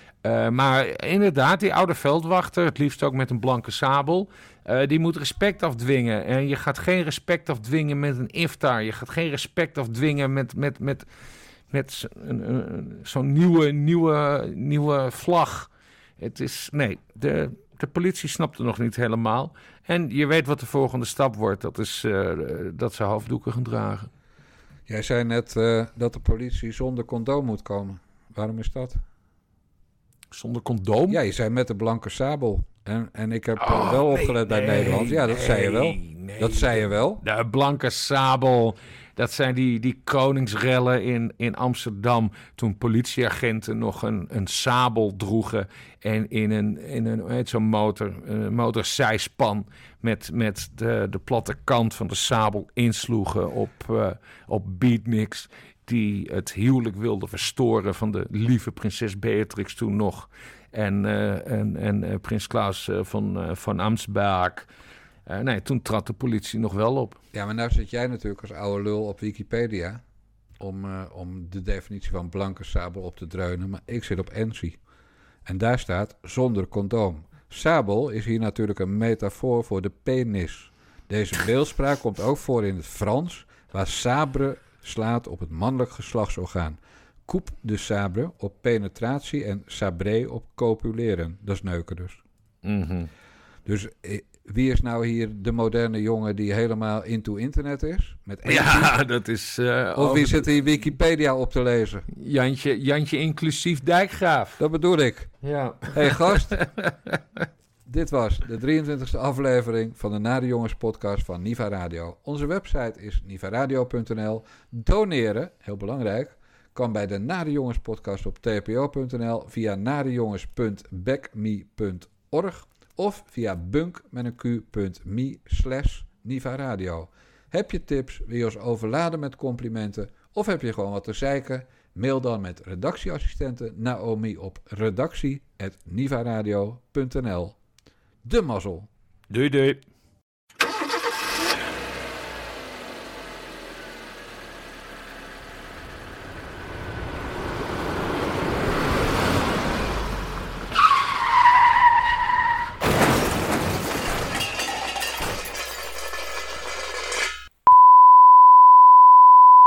Maar inderdaad, die oude veldwachter, het liefst ook met een blanke sabel, die moet respect afdwingen. En je gaat geen respect afdwingen met een iftar. Je gaat geen respect afdwingen met zo'n nieuwe vlag. Het is, nee, de politie snapt het nog niet helemaal. En je weet wat de volgende stap wordt. Dat is dat ze hoofddoeken gaan dragen. Jij zei net dat de politie zonder condoom moet komen. Waarom is dat? Zonder condoom? Ja, je zei met de blanke sabel. En ik heb wel opgelet bij Nederland. Ja, dat zei je wel. Dat zei je wel. De blanke sabel. Dat zijn die koningsrellen in Amsterdam. Toen politieagenten nog een sabel droegen. En in een hoe heet zo'n motorzijspan met de platte kant van de sabel insloegen op beatniks. Die het huwelijk wilde verstoren van de lieve prinses Beatrix toen nog. En prins Klaus van Amsberg. Nee, toen trad de politie nog wel op. Ja, maar nou zit jij natuurlijk als oude lul op Wikipedia om de definitie van blanke sabel op te dreunen. Maar ik zit op ENSI. En daar staat zonder condoom. Sabel is hier natuurlijk een metafoor voor de penis. Deze beeldspraak komt ook voor in het Frans, waar sabre slaat op het mannelijk geslachtsorgaan. Coupe de sabre op penetratie en sabré op copuleren. Dat is neuken dus. Mm-hmm. Dus wie is nou hier de moderne jongen die helemaal into internet is? Ja, dat is... of wie zit hier Wikipedia op te lezen? Jantje inclusief Dijkgraaf. Dat bedoel ik. Ja. Hey gast. Dit was de 23e aflevering van de Nare Jongens podcast van Niva Radio. Onze website is nivaradio.nl. Doneren, heel belangrijk, kan bij de Nare Jongens podcast op tpo.nl via narejongens.backme.org of via bunk.me/Niva Radio. Heb je tips, wil je ons overladen met complimenten of heb je gewoon wat te zeiken? Mail dan met redactieassistente Naomi op redactie@nivaradio.nl. De mazzel. Doei doei.